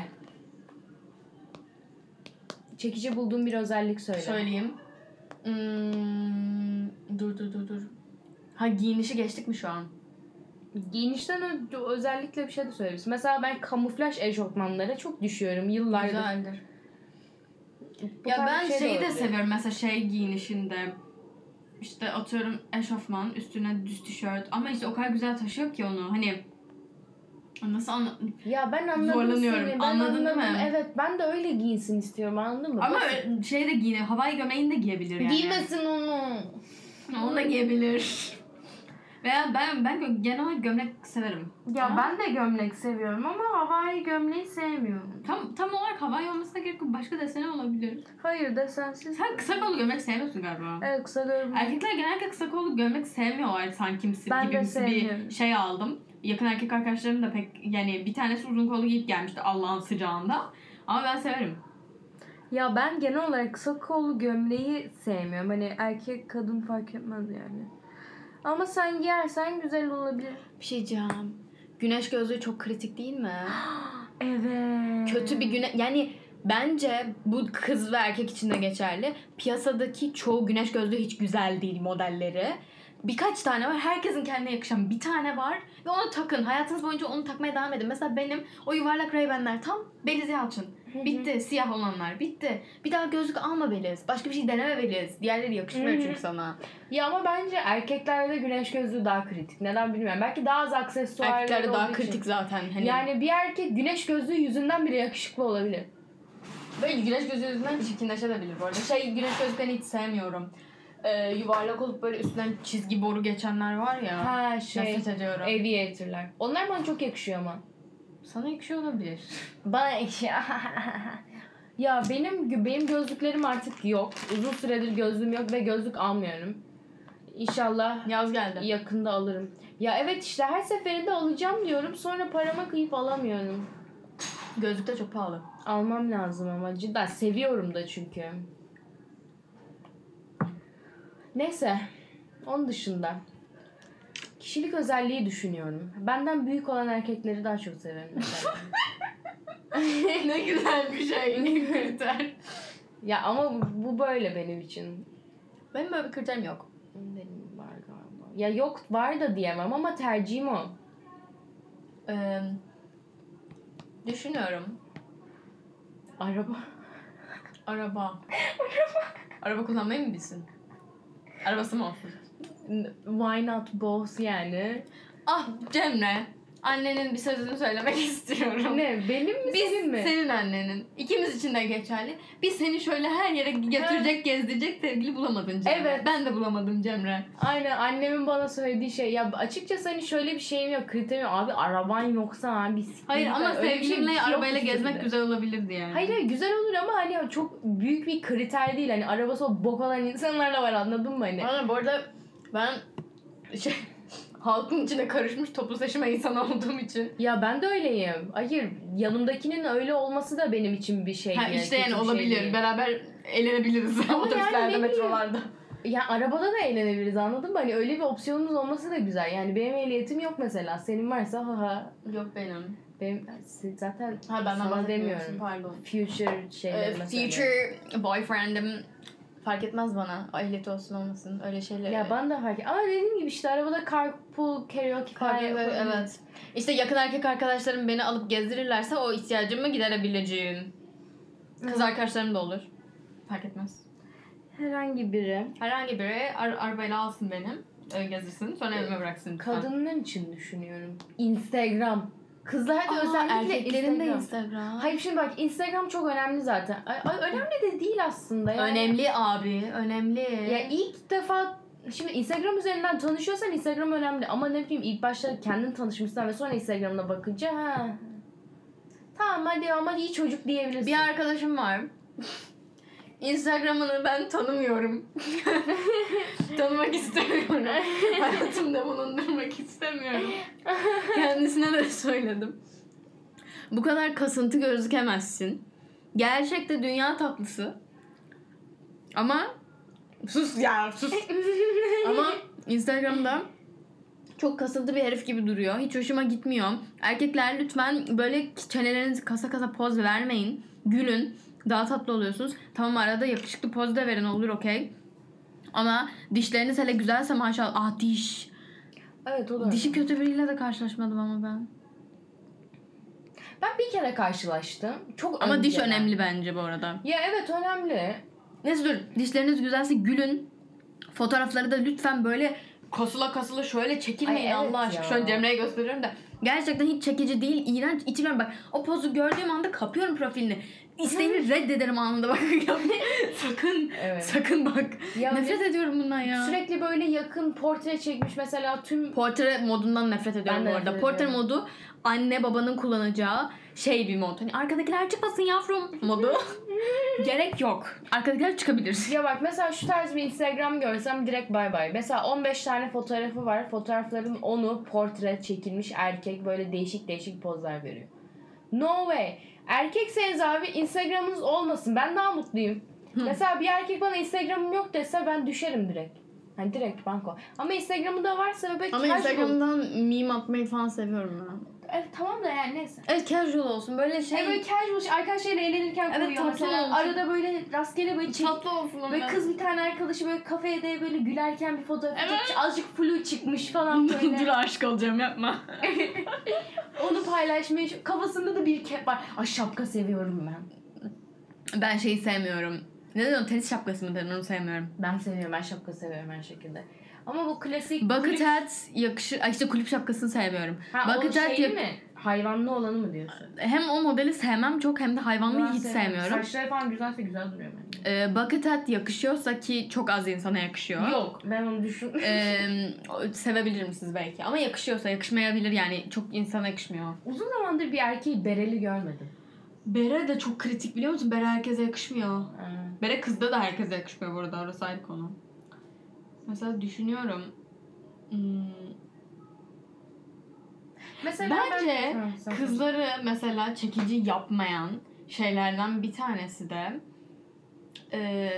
Çekici bulduğum bir özellik söyle. Söyleyeyim. Hmm, dur dur dur dur. Ha giyinişi geçtik mi şu an? Giyinişten ö- özellikle bir şey de söyleyebilirsin. Mesela ben kamuflaj eşofmanlara çok düşüyorum yıllardır. Güzeldir. Bu Ya ben şey şeyi de, de seviyorum mesela şey giyinişinde. İşte atıyorum eşofman, üstüne düz tişört ama işte o kadar güzel taşıyor ki onu. Hani nasıl anlatayım? Ya ben anladım Zorlanıyorum. seni. Ben Anladın anladım. değil mi? Evet ben de öyle giyinsin istiyorum anladın mı? Ama Nasıl? şey de giyine, havai gömleğini de giyebilir yani. Giymesin onu. Onu da giyebilir. Veya ben ben genel olarak gömlek severim. Ya ama ben de gömlek seviyorum ama havai gömleği sevmiyorum. tam tam olarak havai olmasına gerek yok. Başka desene olabilir. Hayır desensiz. Sen kısa kollu gömlek sevmiyorsun galiba. Evet kısa gömlek. Erkekler genellikle kısa kollu gömlek sevmiyorlar sanki Ben de gibi bir sevmiyorum. şey aldım. Yakın erkek arkadaşlarım da pek yani bir tanesi uzun kollu giyip gelmişti Allah'ın sıcağında. Ama ben severim. Ya ben genel olarak kısa kollu gömleği sevmiyorum. Hani erkek kadın fark etmez yani. Ama sen giyersen güzel olabilir. Bir şey diyeceğim. Güneş gözlüğü çok kritik değil mi? Evet. Kötü bir güne... Yani bence bu kız ve erkek için de geçerli. Piyasadaki çoğu güneş gözlüğü hiç güzel değil modelleri. Birkaç tane var. Herkesin kendine yakışan bir tane var. Ve onu takın. Hayatınız boyunca onu takmaya devam edin. Mesela benim o yuvarlak Ray-Ban'ler tam Beliz Yalçın. Bitti. Siyah olanlar. Bitti. Bir daha gözlük alma Beliz. Başka bir şey deneme Beliz. Diğerleri yakışmıyor çünkü sana. Ya ama bence erkeklerde güneş gözlüğü daha kritik. Neden bilmiyorum. Belki daha az aksesuarları Erkeklerde daha olduğu kritik için. zaten. Hani... Yani bir erkek güneş gözlüğü yüzünden bile yakışıklı olabilir. Böyle güneş gözlüğü yüzünden çirkinleşebilir bu arada. Şey güneş gözlüklerini hiç sevmiyorum. Ee, yuvarlak olup böyle üstünden çizgi boru geçenler var ya. Ha şey. Nefret ediyorum. Aviator'lar. Onlar bana çok yakışıyor ama. Sana yakışıyor olabilir. Bana yakışıyor. Ya benim benim gözlüklerim artık yok. Uzun süredir gözlüğüm yok ve gözlük almıyorum. İnşallah Yaz geldi. yakında alırım. Ya evet işte her seferinde alacağım diyorum. Sonra parama kıyıp alamıyorum. Gözlük de çok pahalı. Almam lazım ama cidden seviyorum da çünkü. Neyse. Onun dışında. Kişilik özelliği düşünüyorum. Benden büyük olan erkekleri daha çok severim mesela. Ne güzel bir şey. Ne kriter. Ya ama bu böyle benim için. Benim böyle bir kriterim yok. Benim var galiba. Ya yok var da diyemem ama tercihim o. Ee, düşünüyorum. Araba. Araba. Araba. Araba kullanmayı mı bilsin? Arabası mı olsun? Why not both yani? Ah Cemre. Annenin bir sözünü söylemek istiyorum. Ne? Benim mi Biz, senin mi? senin annenin. İkimiz için de geçerli. Biz seni şöyle her yere götürecek, gezdirecek sevgili bulamadın Cemre. Evet. Ben de bulamadım Cemre. Aynen annemin bana söylediği şey. Ya açıkçası hani şöyle bir şeyim yok. Kriterim yok. Abi araban yoksa abi bisiklet. Hayır ama öyle bir şey sevgilimle yok arabayla ikisi gezmek de. güzel olabilirdi yani. Hayır hayır güzel olur ama hani çok büyük bir kriter değil. Hani arabası o bok olan insanlarla var, anladın mı hani? Aynen, bu arada ben şey halkın içine karışmış toplu taşıma insanı olduğum için. Ya ben de öyleyim. Hayır, yanımdakinin öyle olması da benim için bir şey. Ha, değil, işte yani kötü bir şey olabilir. değil. Beraber eğlenebiliriz Ama otobüslerde, yani ne metrolarda. Ya arabada da eğlenebiliriz, anladın mı? Hani öyle bir opsiyonumuz olması da güzel. Yani benim ehliyetim yok mesela. Senin varsa ha ha. Yok benim. Benim zaten Ha benden sana bahsetmiyorsun, demiyorum. pardon. Future şeyler Ee, mesela. future boyfriend'im fark etmez bana. Ehliyeti olsun olmasın öyle şeyler. Ya ben de fark Ama dediğim gibi işte arabada carpool karaoke falan Fark- yaparım. evet. İşte yakın erkek arkadaşlarım beni alıp gezdirirlerse o ihtiyacımı giderebileceğim. Kız Hı. arkadaşlarım da olur. Fark etmez. Herhangi biri Herhangi biri ar- arabayla alsın beni. Öyle gezdirsin. Sonra evime bıraksın. lütfen. kadınlar için düşünüyorum. Instagram. Kızlar da Aa, özellikle erkeklerin de Instagram. Instagram. Hayır şimdi bak, Instagram çok önemli zaten. Ay, ay, önemli de değil aslında. Yani. Önemli abi. Önemli. Ya ilk defa şimdi Instagram üzerinden tanışıyorsan Instagram önemli. Ama ne bileyim ilk başta kendin tanışmışsan ve sonra Instagram'ına bakınca ha. Tamam hadi ama iyi çocuk diyebilirsin. Bir arkadaşım var. Instagram'ını ben tanımıyorum. Tanımak istemiyorum. Hayatımda bulundurmak istemiyorum. Kendisine de söyledim. Bu kadar kasıntı gözükemezsin. Gerçekte dünya tatlısı. Ama sus ya sus. Ama Instagram'da çok kasıntı bir herif gibi duruyor. Hiç hoşuma gitmiyor. Erkekler lütfen böyle çenelerinizi kasa kasa poz vermeyin. Gülün. Daha tatlı oluyorsunuz. Tamam arada yakışıklı poz da verin, olur okey. Ama dişleriniz hele güzelse maşallah. Ah diş. Evet o da. Dişi kötü biriyle de karşılaşmadım ama ben. Ben bir kere karşılaştım. Çok Ama diş önceden. önemli bence bu arada. Ya evet önemli. Neyse dur. Dişleriniz güzelse gülün. Fotoğrafları da lütfen böyle kasıla kasıla şöyle çekilmeyin. Ay, evet Allah aşkına. ya. Şu an Cemre'ye gösteriyorum da. Gerçekten hiç çekici değil. İğrenç. İçiliyorum bak. O pozu gördüğüm anda kapıyorum profilini. İsteğini reddederim anında bak. sakın. Evet. Sakın bak. Ya nefret bir- ediyorum bundan ya. Sürekli böyle yakın portre çekmiş mesela tüm Portre modundan nefret ediyorum Ben de bu arada. nefret Portre ediyorum. modu anne babanın kullanacağı şey bir mod. Hani arkadakiler çıkmasın yavrum modu. Gerek yok. Arkadakiler çıkabilir. Ya bak mesela şu tarz bir Instagram görsem direkt bay bay. Mesela on beş tane fotoğrafı var. Fotoğrafların onu portre çekilmiş erkek böyle değişik değişik pozlar veriyor. No way. Erkekseniz abi Instagram'ınız olmasın. Ben daha mutluyum. Mesela bir erkek bana Instagram'ım yok dese ben düşerim direkt. Hani direkt banko. Ama Instagram'ı da varsa ve böyle Ama casual. Instagram'dan meme atmayı falan seviyorum ben. Evet tamam da yani neyse. Evet casual olsun. Böyle şey. Şey, böyle casual arkadaşlarıyla eğlenirken Evet, koyuyor tatlı mesela. olsun. Arada böyle rastgele böyle çek. tatlı olsun ama. Böyle kız bir tane arkadaşı böyle kafede böyle gülerken bir fotoğraf Evet. çekmiş. Azıcık flu çıkmış falan böyle. Dur aşık olacağım yapma. Onu paylaşmış. Kafasında da bir kep var. Ay şapka seviyorum ben. Ben şeyi sevmiyorum. Ne diyorsun? Tenis şapkası mı dedin? Onu sevmiyorum. Ben seviyorum. Ben şapka seviyorum her şekilde. Ama bu klasik Bucket kulüp- hat yakışır. Ay işte kulüp şapkasını sevmiyorum. Ha, o Bucket hat şey yak- mi? Hayvanlı olanı mı diyorsun? Hem o modeli sevmem çok hem de hayvanlıyı Ben hiç sevmiyorum. Saçları falan güzelse güzel duruyor bence. Ee, bucket hat yakışıyorsa ki çok az insana yakışıyor. Yok ben onu düşün. Ee, sevebilir misiniz belki? Ama yakışıyorsa yakışmayabilir yani. Çok insana yakışmıyor. Uzun zamandır bir erkeği bereli görmedim. Bere de çok kritik biliyor musun? Bere herkese yakışmıyor. Ha. Bere kızda da herkese yakışmıyor bu arada. Orası ayrı konu. Mesela düşünüyorum. Hmm, Mesela Bence ben... Ha, sen- kızları mesela çekici yapmayan şeylerden bir tanesi de e,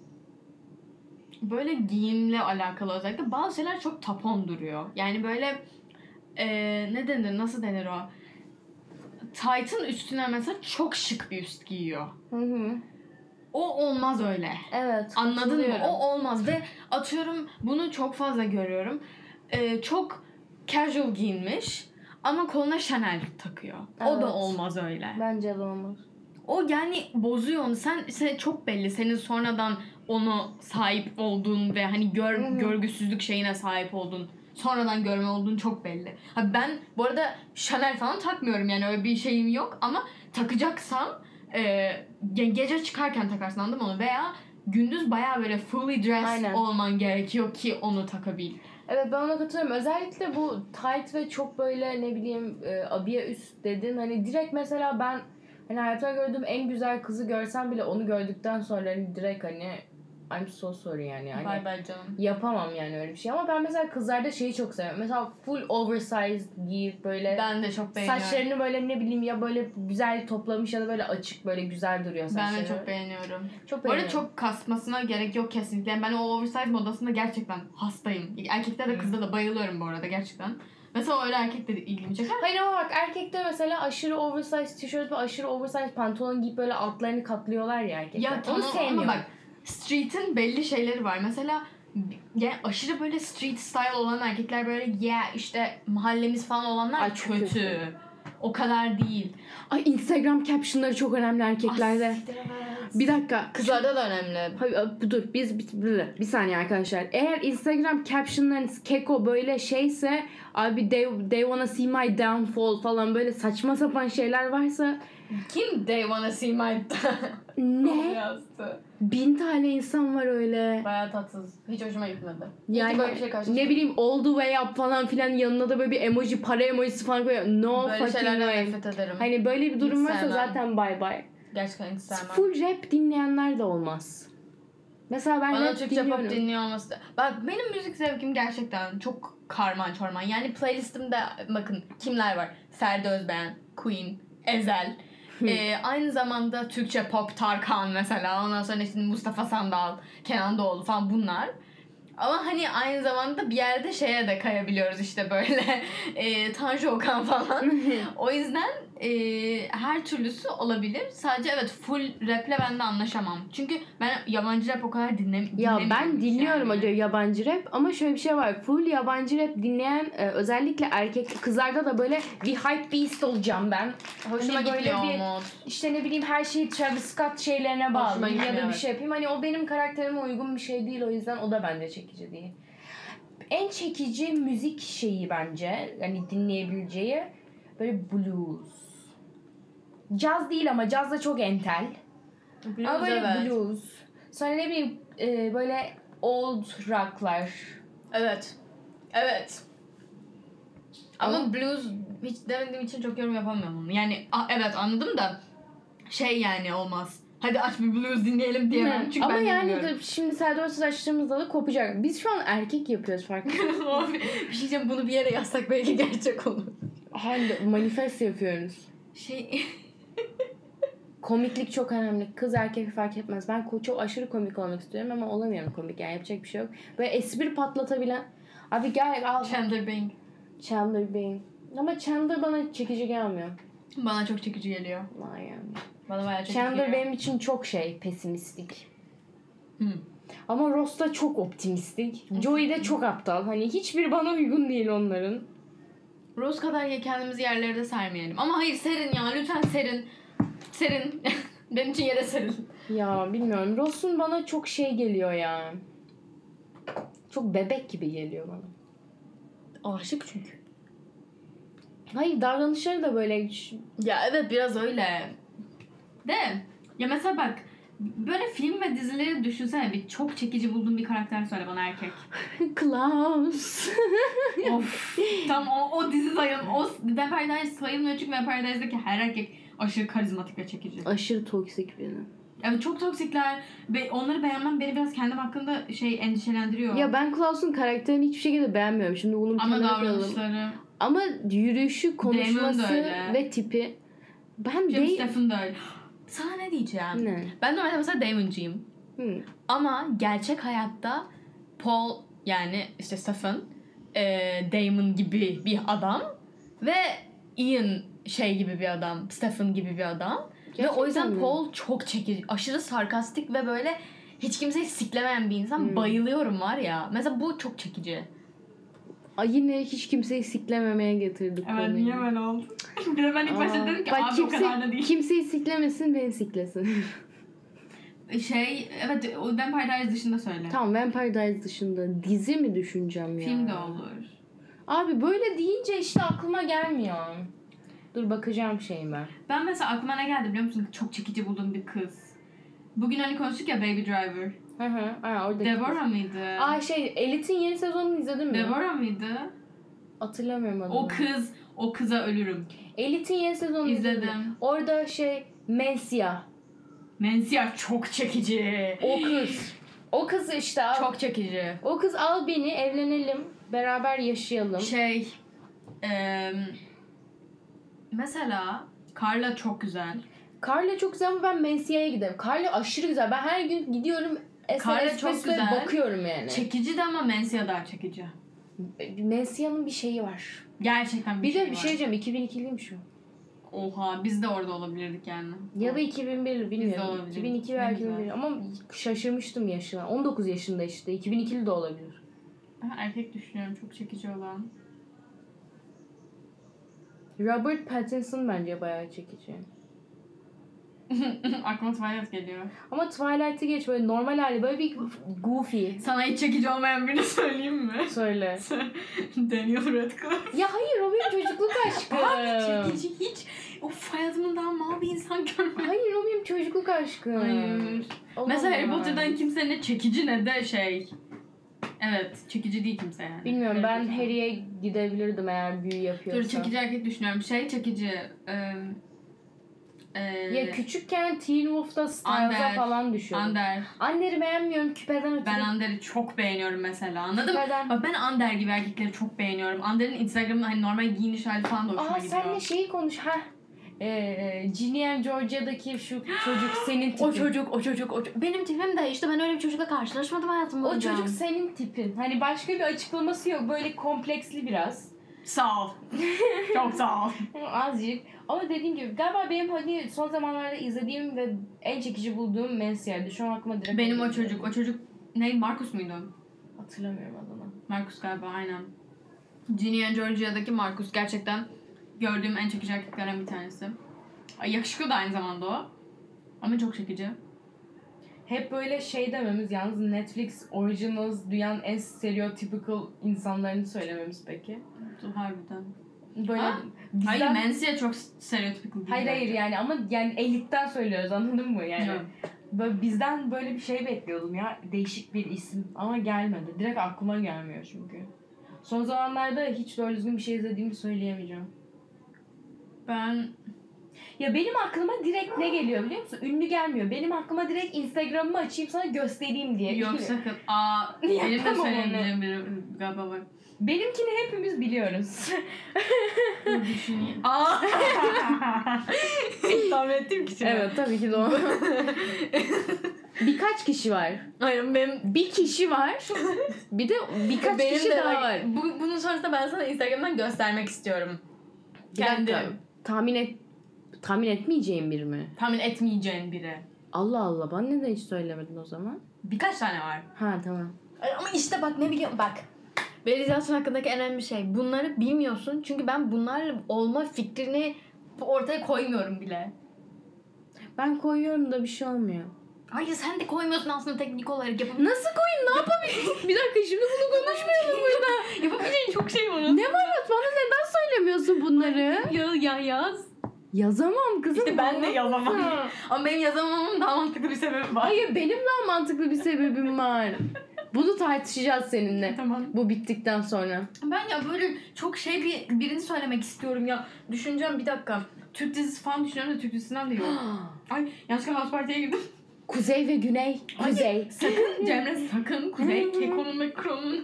böyle giyimle alakalı özellikle bazı şeyler çok tapon duruyor. Yani böyle e, ne denir, nasıl denir o? Tight'ın üstüne mesela çok şık bir üst giyiyor. Hı hı. O olmaz öyle. Evet. Anladın mı? katılıyorum. O olmaz ve atıyorum bunu çok fazla görüyorum. Ee, çok casual giyinmiş ama koluna Chanel takıyor. O Evet. da olmaz öyle. Bence de olmaz. O yani bozuyor onu. Sen, sen çok belli senin sonradan onu sahip olduğun ve hani gör, Hı hı. görgüsüzlük şeyine sahip olduğun sonradan görme olduğun çok belli. Ha ben bu arada Chanel falan takmıyorum yani öyle bir şeyim yok ama takacaksam e, ge- gece çıkarken takarsın anladın mı onu veya gündüz bayağı böyle fully dressed Aynen. olman gerekiyor ki onu takabil. Evet ben ona katılıyorum. Özellikle bu tight ve çok böyle ne bileyim e, abiye üst dedin. Hani direkt mesela ben hani hayatımda gördüğüm en güzel kızı görsem bile onu gördükten sonra hani direkt hani I'm so sorry yani. Hani Bye bye canım. yapamam yani öyle bir şey. Ama ben mesela kızlarda şeyi çok seviyorum. Mesela full oversized giyip böyle Ben de çok beğeniyorum. saçlarını böyle ne bileyim ya böyle güzel toplamış ya da böyle açık böyle güzel duruyor saçları. Ben de çok beğeniyorum. Çok Bu arada beğeniyorum. çok kasmasına gerek yok kesinlikle. Yani ben o oversize modasında gerçekten hastayım. Erkekte de kızda da bayılıyorum bu arada gerçekten. Mesela öyle erkek de ilgimi çeker. Hayır ama bak erkekte mesela aşırı oversize tişört ve aşırı oversize pantolon giyip böyle altlarını katlıyorlar ya erkekler. Ya tamam Onu sevmiyorum. ama bak street'in belli şeyleri var. Mesela yani aşırı böyle street style olan erkekler böyle ya yeah, işte mahallemiz falan olanlar Ay, çok kötü. kötü. O kadar değil. Ay Instagram captionları çok önemli erkeklerde. Bir dakika. Kızlarda da önemli. Hayır, dur biz bir, bir, bir saniye arkadaşlar. Eğer Instagram captionlarınız keko böyle şeyse abi they, they wanna see my downfall falan böyle saçma sapan şeyler varsa Kim they wanna see my ne? yazdı. Bin tane insan var öyle. Bayağı tatsız. Hiç hoşuma gitmedi. Yani böyle bir şey karşılaşmadım. ne bileyim all the way up falan filan yanına da böyle bir emoji para emojisi falan koyuyor. No Böyle fucking şeylerden way. nefret ederim. Hani böyle bir durum Hiç varsa sevmem. zaten bye bye. Gerçekten hiç sevmem. Full rap dinleyenler de olmaz. Mesela ben Bana rap Türkçe dinliyorum. pop dinliyor olması da. Bak benim müzik zevkim gerçekten çok karman çorman. Yani playlistimde bakın kimler var? Ferdi Özbeğen, Queen, Ezel. ee, aynı zamanda Türkçe pop Tarkan mesela. Ondan sonra işte Mustafa Sandal, Kenan Doğulu falan bunlar. Ama hani aynı zamanda bir yerde şeye de kayabiliyoruz işte böyle e, Tanju Okan falan. O yüzden e, her türlüsü olabilir. Sadece evet full raple ben de anlaşamam. Çünkü ben yabancı rap o kadar dinle, Ya dinlemiyorum. ben dinliyorum yani. acaba yabancı rap ama şöyle bir şey var. Full yabancı rap dinleyen e, özellikle erkek kızlarda da böyle bir hype beast olacağım ben. Hoşuma Hani böyle gitmiyor bir- o mod. İşte ne bileyim her şeyi Travis Scott şeylerine Hoşuma bağlı ya da gitmiyor, bir evet. şey yapayım. Hani o benim karakterime uygun bir şey değil o yüzden o da bence çekici değil. En çekici müzik şeyi bence hani dinleyebileceği böyle blues. Caz değil ama caz da çok entel. Blues, Ama böyle evet. blues. Sonra ne bileyim e, böyle old rocklar. Evet. Evet. Ama, Ama- blues hiç demediğim için çok yorum yapamıyorum onu. Yani a- evet anladım da şey yani olmaz. Hadi aç bir blues dinleyelim diyemem. Çünkü Ama ben yani bilmiyorum. de şimdi Serdar açtığımızda da kopacak. Biz şu an erkek yapıyoruz farkında. Abi, bir şey diyeceğim bunu bir yere yazsak belki gerçek olur. Halde manifest yapıyoruz. Şey Komiklik çok önemli. Kız erkek fark etmez. Ben ko- çok aşırı komik olmak istiyorum ama olamıyorum komik. Yani yapacak bir şey yok. Böyle espri patlatabilen. Abi gel al. Chandler Bing Chandler Bing. Ama Chandler bana çekici gelmiyor. bana çok çekici geliyor. Vay yani. Bana bayağı çekici Chandler geliyor. benim için çok şey pesimistik. Hmm. Ama Ross da çok optimistik. Joey de çok aptal. Hani hiçbir bana uygun değil onların. Rose kadar ya kendimizi yerlerde sermeyelim. Ama hayır serin ya lütfen serin. Serin. Benim için yere serin. Ya bilmiyorum. Ross'un bana çok şey geliyor ya. Çok bebek gibi geliyor bana. Aşık çünkü. Hayır davranışları da böyle Ya evet biraz öyle. De ya mesela bak böyle film ve dizileri düşünsene bir çok çekici bulduğun bir karakter söyle bana erkek. Klaus. Of. Tam o, o dizi sayılm o Vampire Diaries sayılmıyor çünkü Vampire Diaries'deki her erkek aşırı karizmatik ve çekici. Aşırı toksik biri. Evet çok toksikler ve onları beğenmem beni biraz kendim hakkında şey endişelendiriyor. Ya ben Klaus'un karakterini hiçbir şekilde beğenmiyorum. Şimdi bunu bir ama kenara koyalım. davranışları. Ama yürüyüşü, konuşması Damon da öyle. ve tipi. Ben James de... Stephen de öyle. Sana ne diyeceğim? Ne? Ben normalde mesela Damon'cıyım. Hmm. Ama gerçek hayatta Paul yani işte Stephen e, Damon gibi bir adam ve Ian şey gibi bir adam. Stephen gibi bir adam. Gerçekten ve o yüzden mi? Paul çok çekici. Aşırı sarkastik ve böyle hiç kimseyi siklemeyen bir insan. Hmm. Bayılıyorum var ya. Mesela bu çok çekici. Ay yine hiç kimseyi siklememeye getirdik konuyu. böyle oldu? bir de ben ilk başta Aa, dedim ki bak abi kimse, o kadar da değil. kimseyi siklemesin beni siklesin. Şey evet o Vampire Diaries dışında söyle. Tamam Vampire Diaries dışında dizi mi düşüneceğim ya? Film de olur. Abi böyle deyince işte aklıma gelmiyor. Dur bakacağım şeyim ben. Ben mesela aklıma ne geldi biliyor musun? Çok çekici bulduğum bir kız. Bugün hani konuştuk ya Baby Driver. Hı hı. Ha, oradaki Deborah kız. mıydı? Aa şey Elite'in yeni sezonunu izledin mi? Deborah mıydı? Hatırlamıyorum adını. O kız, o kıza ölürüm. Elite'in yeni sezonunu izledim. İzledim. Orada şey Mensia. Mensia çok çekici. O kız. O kız işte. Al. Çok çekici. O kız al beni evlenelim. Beraber yaşayalım. Şey, e, mesela Carla çok güzel. Carla çok güzel ama ben Mensia'ya giderim. Carla aşırı güzel. Ben her gün gidiyorum. Carla çok güzel. Bakıyorum yani. Çekici de ama Mensia daha çekici. Mensia'nın bir şeyi var. Gerçekten bir, Bir şey de bir var. şey diyeceğim. iki bin ikiliyim şu. Oha biz de orada olabilirdik yani. Ya da iki bin bir bilmiyorum. olabiliriz. iki bin iki Ne veya iki bin güzel. bir ama şaşırmıştım yaşına. on dokuz yaşında işte. iki bin ikili de olabilir. Ben erkek düşünüyorum çok çekici olan. Robert Pattinson bence bayağı çekici. Aklıma Twilight geliyor. Ama Twilight'ı geç böyle normal hali böyle bir goofy. Sana hiç çekici olmayan birini söyleyeyim mi? Söyle. Daniel Radcliffe. Ya hayır o benim çocukluk aşkım. Abi çekici hiç of hayatımın daha mal bir insan görmedim. Hayır o benim çocukluk aşkım. Hayır. Olamaz. Mesela Harry Potter'dan kimse ne çekici ne de şey. Evet çekici değil kimse yani. Bilmiyorum ben Potter'dan. Harry'e gidebilirdim eğer büyü yapıyorsa. Dur çekici erkek düşünüyorum. Şey çekici. E, e, Ya küçükken Teen Wolf'ta Styles'a Ander. falan düşüyordum. Ander. Ander'i beğenmiyorum küpeden ötürü. Ben Ander'i çok beğeniyorum mesela. Anladın mı? Küpeden. Bak ben Ander gibi erkekleri çok beğeniyorum. Ander'in Instagram'da hani normal giyiniş hali falan da hoşuma Aa gidiyor. senle şeyi konuş ha. Ee, Ginny and Georgia'daki şu çocuk senin tipin. O çocuk, o çocuk, o çocuk. Benim tipim de işte ben öyle bir çocukla karşılaşmadım hayatım O boyunca. çocuk senin tipin. Hani başka bir açıklaması yok. Böyle kompleksli biraz. Sağ ol. Çok sağ ol. Azıcık. Ama dediğim gibi galiba benim hani son zamanlarda izlediğim ve en çekici bulduğum Mensia'ydı. Şu an aklıma direkt Benim o geldi. çocuk, o çocuk ne? Marcus muydu? Hatırlamıyorum adını. Marcus galiba aynen. Ginny and Georgia'daki Marcus gerçekten gördüğüm en çekici erkeklerden bir tanesi. Ay, yakışıklı da aynı zamanda o. Ama çok çekici. Hep böyle şey dememiz yalnız Netflix Originals dünyanın en stereotypical insanlarını söylememiz peki. Harbiden. Böyle Ha? bizden... Hayır Mensia çok stereotipik değil. Hayır hayır yani ama yani elitten söylüyoruz anladın mı yani? Evet. Böyle bizden böyle bir şey bekliyordum ya değişik bir isim ama gelmedi. Direkt aklıma gelmiyor çünkü. Son zamanlarda hiç doğru düzgün bir şey izlediğimi söyleyemeyeceğim. Ben Ya benim aklıma direkt ne geliyor biliyor musun? Ünlü gelmiyor. Benim aklıma direkt Instagram'ımı açayım sana göstereyim diye. yok sakın. Aa benim de Yapamam söyleyemeyeceğim biri galiba var. Benimkini hepimiz biliyoruz. Dur düşüneyim. Aa. Tahmin ettim ki şimdi. Evet tabii ki de o. Birkaç kişi var. Aynen benim Bir kişi var. Bir de birkaç benim kişi de daha bak, var. Bu, bunun sonrasında ben sana Instagram'dan göstermek istiyorum. Bir dakika. Kendim. Tahmin et tahmin etmeyeceğim biri mi? Tahmin etmeyeceğin biri. Allah Allah bana neden hiç söylemedin o zaman? Birkaç tane var. Ha tamam. Ay, ama işte bak ne biliyorum bak. Realizasyon hakkındaki en önemli şey. Bunları bilmiyorsun. Çünkü ben bunlarla olma fikrini ortaya koymuyorum bile. Ben koyuyorum da bir şey olmuyor. Hayır sen de koymuyorsun aslında teknik olarak. Yapabilir. Nasıl koyayım? Ne yapabilirim? Bir dakika şimdi bunu konuşmayalım burada. Yapabileceğin çok şey var. Ne var? Bana neden söylemiyorsun bunları? Ya, ya yaz. Yazamam kızım. İşte ben de yazamam. Ha. Ama benim yazamamamın daha mantıklı bir sebebi var. Hayır benim daha mantıklı bir sebebim var. Bunu tartışacağız seninle. Tamam. Bu bittikten sonra. Ben ya böyle çok şey bir birini söylemek istiyorum ya. Düşüneceğim bir dakika. Türk dizisi falan düşünüyorum da Türk dizisinden de yok. Ay yanlışlıkla House Party'ye girdim. Kuzey ve Güney. Kuzey. Sakın Cemre sakın Kuzey Keko'nun ve Kro'nun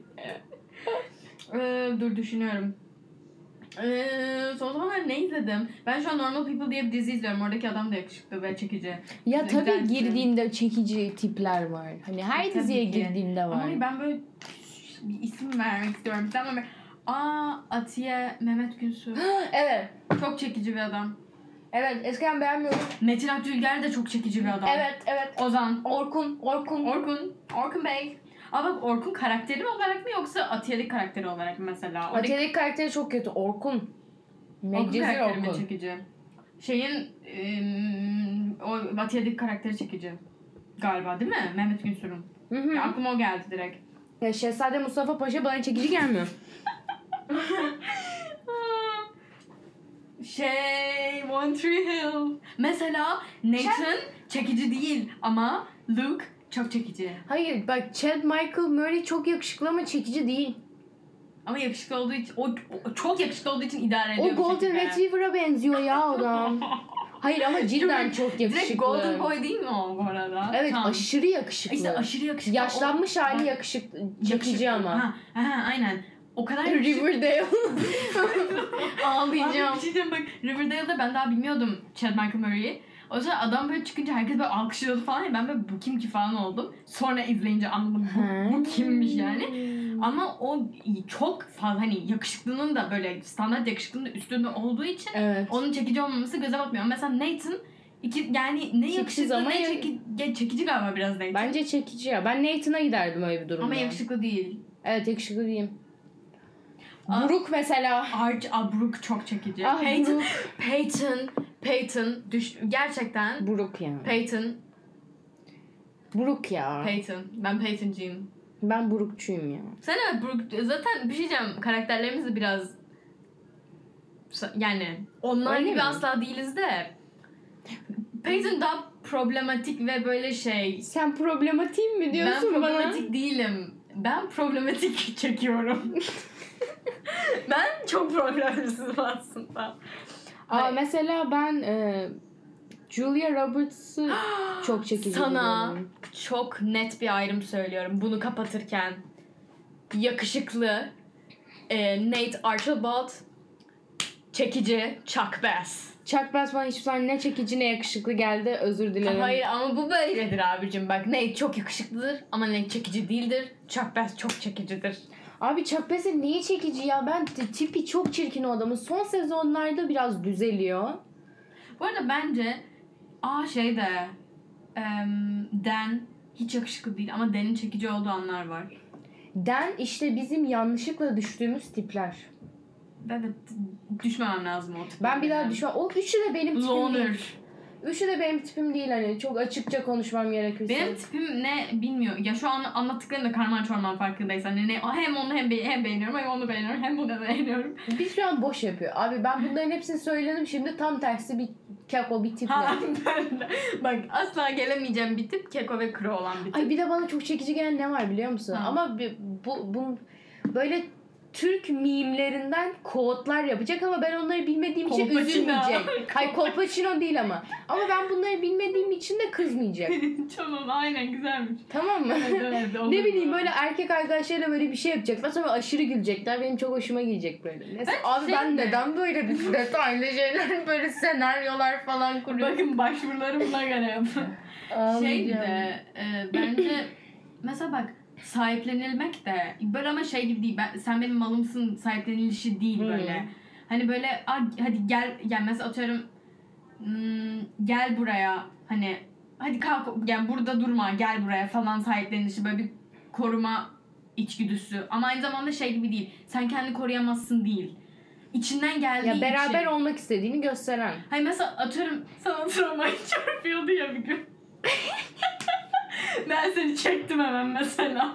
ee, dur düşünüyorum. Ee, son zamanlar ne izledim? Ben şu an Normal People diye bir dizi izliyorum. Oradaki adam da yakışıklı ve çekici. Ya Güzel tabii dizi. girdiğinde çekici tipler var. Hani her Tabii diziye ki. girdiğinde var. Ama ben böyle bir isim vermek istiyorum. Tamam mı? Aa Atiye Mehmet Günsü. Evet. Çok çekici bir adam. Evet eskiden beğenmiyordum. Metin Akdülger de çok çekici bir adam. Evet evet. Ozan. Orkun. Orkun. Orkun. Orkun Bey. Ama bak Orkun karakteri olarak mı yoksa Atiye'deki karakteri olarak mı mesela? Oradaki- Atiye'deki karakteri çok kötü. Orkun. Orkun Medcezir karakteri mi Orkun. çekici? Şeyin ım, o Atiye'deki karakteri çekici. Galiba değil mi? Mehmet Günsür'ün. Hı hı. Ya, aklıma o geldi direkt. Ya Şehzade Mustafa Paşa bana çekici gelmiyor. Şey, One Tree Hill. Mesela Nathan çekici değil ama Luke çok çekici. Hayır bak, Chad Michael Murray çok yakışıklı ama çekici değil. Ama yakışıklı olduğu için, o, o çok yakışıklı olduğu için idare ediyor. O Golden Retriever'a benziyor ya adam. Hayır ama cidden çok yakışıklı. Direkt Golden Boy değil mi o bu arada? Evet, tamam. Aşırı yakışıklı. İşte aşırı yakışıklı. Yaşlanmış o, hali bak, yakışıklı, çekici yakışıklı. ama. Ha, ha, aynen. O kadar yakışıklı. Riverdale. Ağlayacağım. Bir şey diyeceğim bak. Riverdale'da ben daha bilmiyordum Chad Michael Murray'i. O yüzden adam böyle çıkınca herkes böyle alkışlıyordu falan ya, ben böyle bu kim ki falan oldum. Sonra izleyince anladım bu, bu kimmiş yani. Ama o çok fazla hani yakışıklının da böyle standart yakışıklının da üstünde olduğu için Evet. onun çekici olmaması göze batmıyor. Mesela Nathan iki, yani ne yakışıklı ama ne ya- çeki, çekici galiba biraz Nathan. Bence çekici ya. Ben Nathan'a giderdim öyle bir durumda. Ama yakışıklı değil. Evet, yakışıklı değilim. Aa, Brooke mesela. Arch Abruk çok çekici. Ah, Peyton, Brooke. Peyton, Peyton düş gerçekten Brooke ya. Peyton, Brooke ya. Peyton. Ben Peyton'cıyım. Ben Brooke'çuyum ya. Sen evet Brooke, zaten bir şey diyeceğim, karakterlerimiz de biraz yani onlar Öyle gibi mi? asla değiliz de Peyton daha problematik ve böyle şey. Sen problematik mi diyorsun Ben bana? problematik değilim. Ben problematik çekiyorum. Ben çok problemsizim aslında. Aa, Hayır. mesela ben e, Julia Roberts'ı çok çekici Sana buluyorum. çok net bir ayrım söylüyorum bunu kapatırken. Yakışıklı e, Nate Archibald, çekici Chuck Bass. Chuck Bass bana hiçbir zaman ne çekici ne yakışıklı geldi. Özür dilerim. Hayır ama bu böyledir abicim, bak Nate çok yakışıklıdır ama Nate çekici değildir. Chuck Bass çok çekicidir. Abi Chuck Bass'in niye çekici ya? Ben t- tipi çok çirkin o adamın. Son sezonlarda biraz düzeliyor. Bu arada bence aa şey de em, Dan hiç yakışıklı değil ama Dan'in çekici olduğu anlar var. Dan işte bizim yanlışlıkla düştüğümüz tipler. Evet, düşmemem lazım o tipe. Ben bir daha düşmem. O üçü de benim tipim değil. Loner. Üçü de benim tipim değil hani. Çok açıkça konuşmam gerekirse. Benim tipim ne bilmiyor. Ya şu an anlattıklarım da karman çorman farkındaysan. Hani ne, hem onu hem, be- hem beğeniyorum hem onu beğeniyorum hem bunu beğeniyorum. Biz şu an boş yapıyor. Abi ben bunların hepsini söyledim. Şimdi tam tersi bir keko bir tiple. Ha, ben de. Bak asla gelemeyeceğim bir tip keko ve kro olan bir tip. Ay bir de bana çok çekici gelen ne var biliyor musun? Ha. Ama bir- bu, bu böyle Türk mimlerinden quote'lar yapacak ama ben onları bilmediğim için Kolpaçino. üzülmeyecek. Hayır, Kolpaçino değil ama. Ama ben bunları bilmediğim için de kızmayacak. Tamam, aynen, güzelmiş. Tamam mı? Evet, evet, olur Ne bileyim bu. böyle erkek arkadaşlarıyla böyle bir şey yapacaklar sonra aşırı gülecekler. Benim çok hoşuma gidecek böyle. Neyse, Ben abi şey ben de- neden böyle bir detaylı şeyler böyle senaryolar falan kuruyorum. Bakın başvuruları buna göre yapın. Şey de e, bence mesela bak sahiplenilmek de böyle ama şey gibi değil. Ben, sen benim malımsın sahiplenilişi değil böyle. Hmm. Hani böyle hadi gel gel mesela atıyorum hmm, gel buraya hani hadi kalk yani burada durma gel buraya falan sahiplenilişi, böyle bir koruma içgüdüsü ama aynı zamanda şey gibi değil. Sen kendini koruyamazsın değil. İçinden geldiği Ya beraber için. olmak istediğini gösteren. Hani mesela atıyorum sana travmayı çarpıyordu ya bir gün. Ben seni çektim hemen mesela.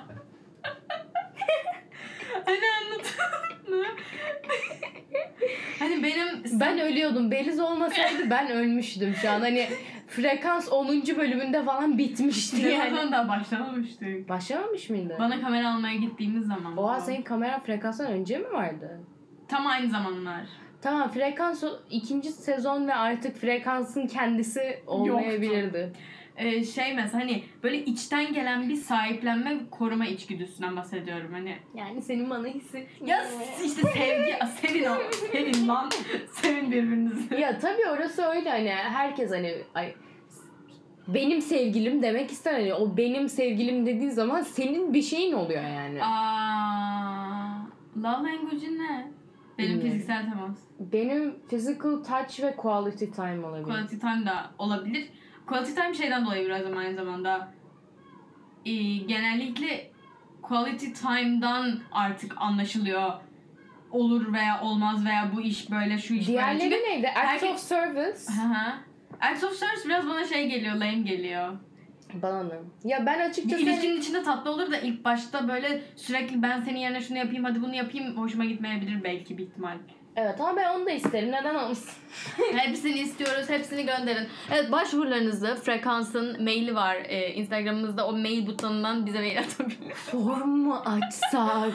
Hani anladın mı? Hani benim... Ben ölüyordum. Beliz olmasaydı ben ölmüştüm şu an. Hani frekans onuncu bölümünde falan bitmişti yani. Yani. Daha başlamamıştık. Başlamamış mıydı? Bana kamera almaya gittiğimiz zaman. Oha, bu. senin kamera frekanstan önce mi vardı? Tam aynı zamanlar. Tamam, frekans o ikinci sezon ve artık frekansın kendisi olmayabilirdi. Ee, şey mesela hani böyle içten gelen bir sahiplenme ve koruma içgüdüsünden bahsediyorum hani. Yani senin bana hissettiğin. Ya işte sevgi, sevin o, sevin lan, sevin birbirinizi. Ya tabii orası öyle hani herkes hani ay benim sevgilim demek ister hani o benim sevgilim dediğin zaman senin bir şeyin oluyor yani. Aa, love language'in ne? Benim Bilmiyorum. fiziksel temas. Benim physical touch ve quality time olabilir. Quality time da olabilir. Quality time şeyden dolayı biraz ama aynı zamanda ee, genellikle quality time'dan artık anlaşılıyor. Olur veya olmaz veya bu iş böyle, şu iş Diğerleri böyle. Çünkü neydi? Acts herkes- of service. Hı hı. Acts of service biraz bana şey geliyor, lame geliyor. Bana ne? Ya ben açıkçası... Bir ilişkinin içinde tatlı olur da ilk başta böyle sürekli ben senin yerine şunu yapayım hadi bunu yapayım hoşuma gitmeyebilir belki bir ihtimal. Evet ama ben onu da isterim. Neden olmasın? Hepsini istiyoruz. Hepsini gönderin. Evet, başvurularınızı Frekans'ın maili var. Ee, Instagram'ımızda o mail butonundan bize mail atabilirsiniz. Form mu açsak?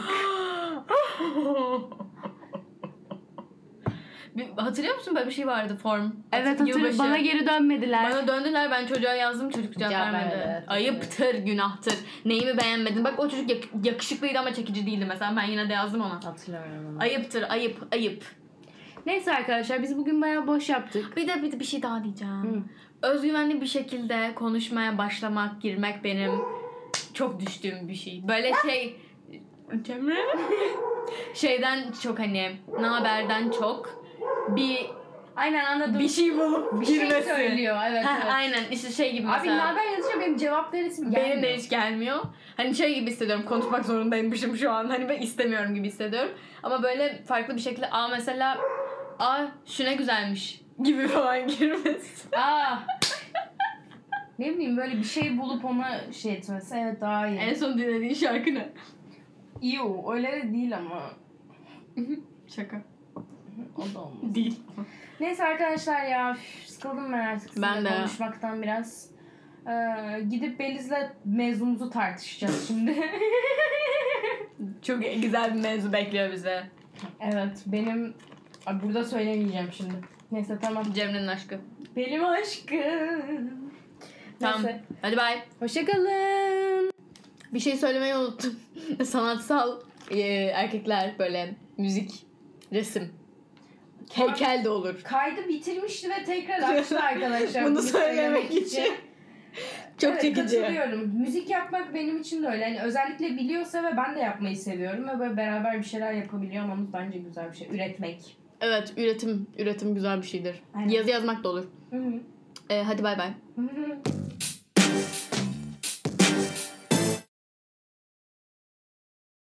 Bir, hatırlıyor musun böyle bir şey vardı form? Evet hatırlıyorum. Yılbaşı. Bana geri dönmediler. Bana döndüler, ben çocuğa yazdım, çocuk cevap Cevap vermedi. vermedi. Ayıptır, günahtır. Neyimi beğenmedin? Bak o çocuk yak- yakışıklıydı ama çekici değildi mesela. Ben yine de yazdım ona. Hatırlamıyorum onu. Ayıptır, ayıp, ayıp. Neyse arkadaşlar biz bugün bayağı boş yaptık. Bir de bir, de bir şey daha diyeceğim. Hı. Özgüvenli bir şekilde konuşmaya başlamak, girmek benim çok düştüğüm bir şey. Böyle şey... Cemre? Şeyden çok hani, naberden çok bir... Aynen anladım. Bir şey bulup Bir şey girmesi. söylüyor. Evet, Heh, evet. aynen işte şey gibi Abi mesela. naber yazıyor benim cevap veresim gelmiyor. Benim de hiç gelmiyor. Hani şey gibi hissediyorum. Konuşmak zorundaymışım şu an. Hani ben istemiyorum gibi hissediyorum. Ama böyle farklı bir şekilde aa mesela aa şu ne güzelmiş gibi falan girmesi. Aa. Ne bileyim böyle bir şey bulup ona şey etmesi evet daha iyi. En son dinlediğin şarkı ne? İyi o. Öyle de değil ama. Şaka. O da olmaz. Değil. Neyse arkadaşlar ya üf, sıkıldım ben artık sizinle Ben de. konuşmaktan biraz. Ee, gidip Beliz'le mevzumuzu tartışacağız şimdi. Çok güzel bir mevzu bekliyor bize. Evet benim Ay, burada söylemeyeceğim şimdi. Neyse tamam. Cemre'nin aşkı. Benim aşkım. Tamam. Neyse. Hadi bay. Hoşçakalın. Bir şey söylemeyi unuttum. Sanatsal e, erkekler böyle müzik, resim, heykel de olur. Kaydı bitirmişti ve tekrar açtı arkadaşlar. Bunu söylemek için. Çok evet, çekici. Katılıyorum. Müzik yapmak benim için de öyle. Yani özellikle biliyorsa ve ben de yapmayı seviyorum ve böyle beraber bir şeyler yapabiliyor olmamız bence güzel bir şey. Üretmek. Evet, üretim üretim güzel bir şeydir. Aynen. Yazı yazmak da olur. Hı hı. Ee, hadi bay bay. Hı hı.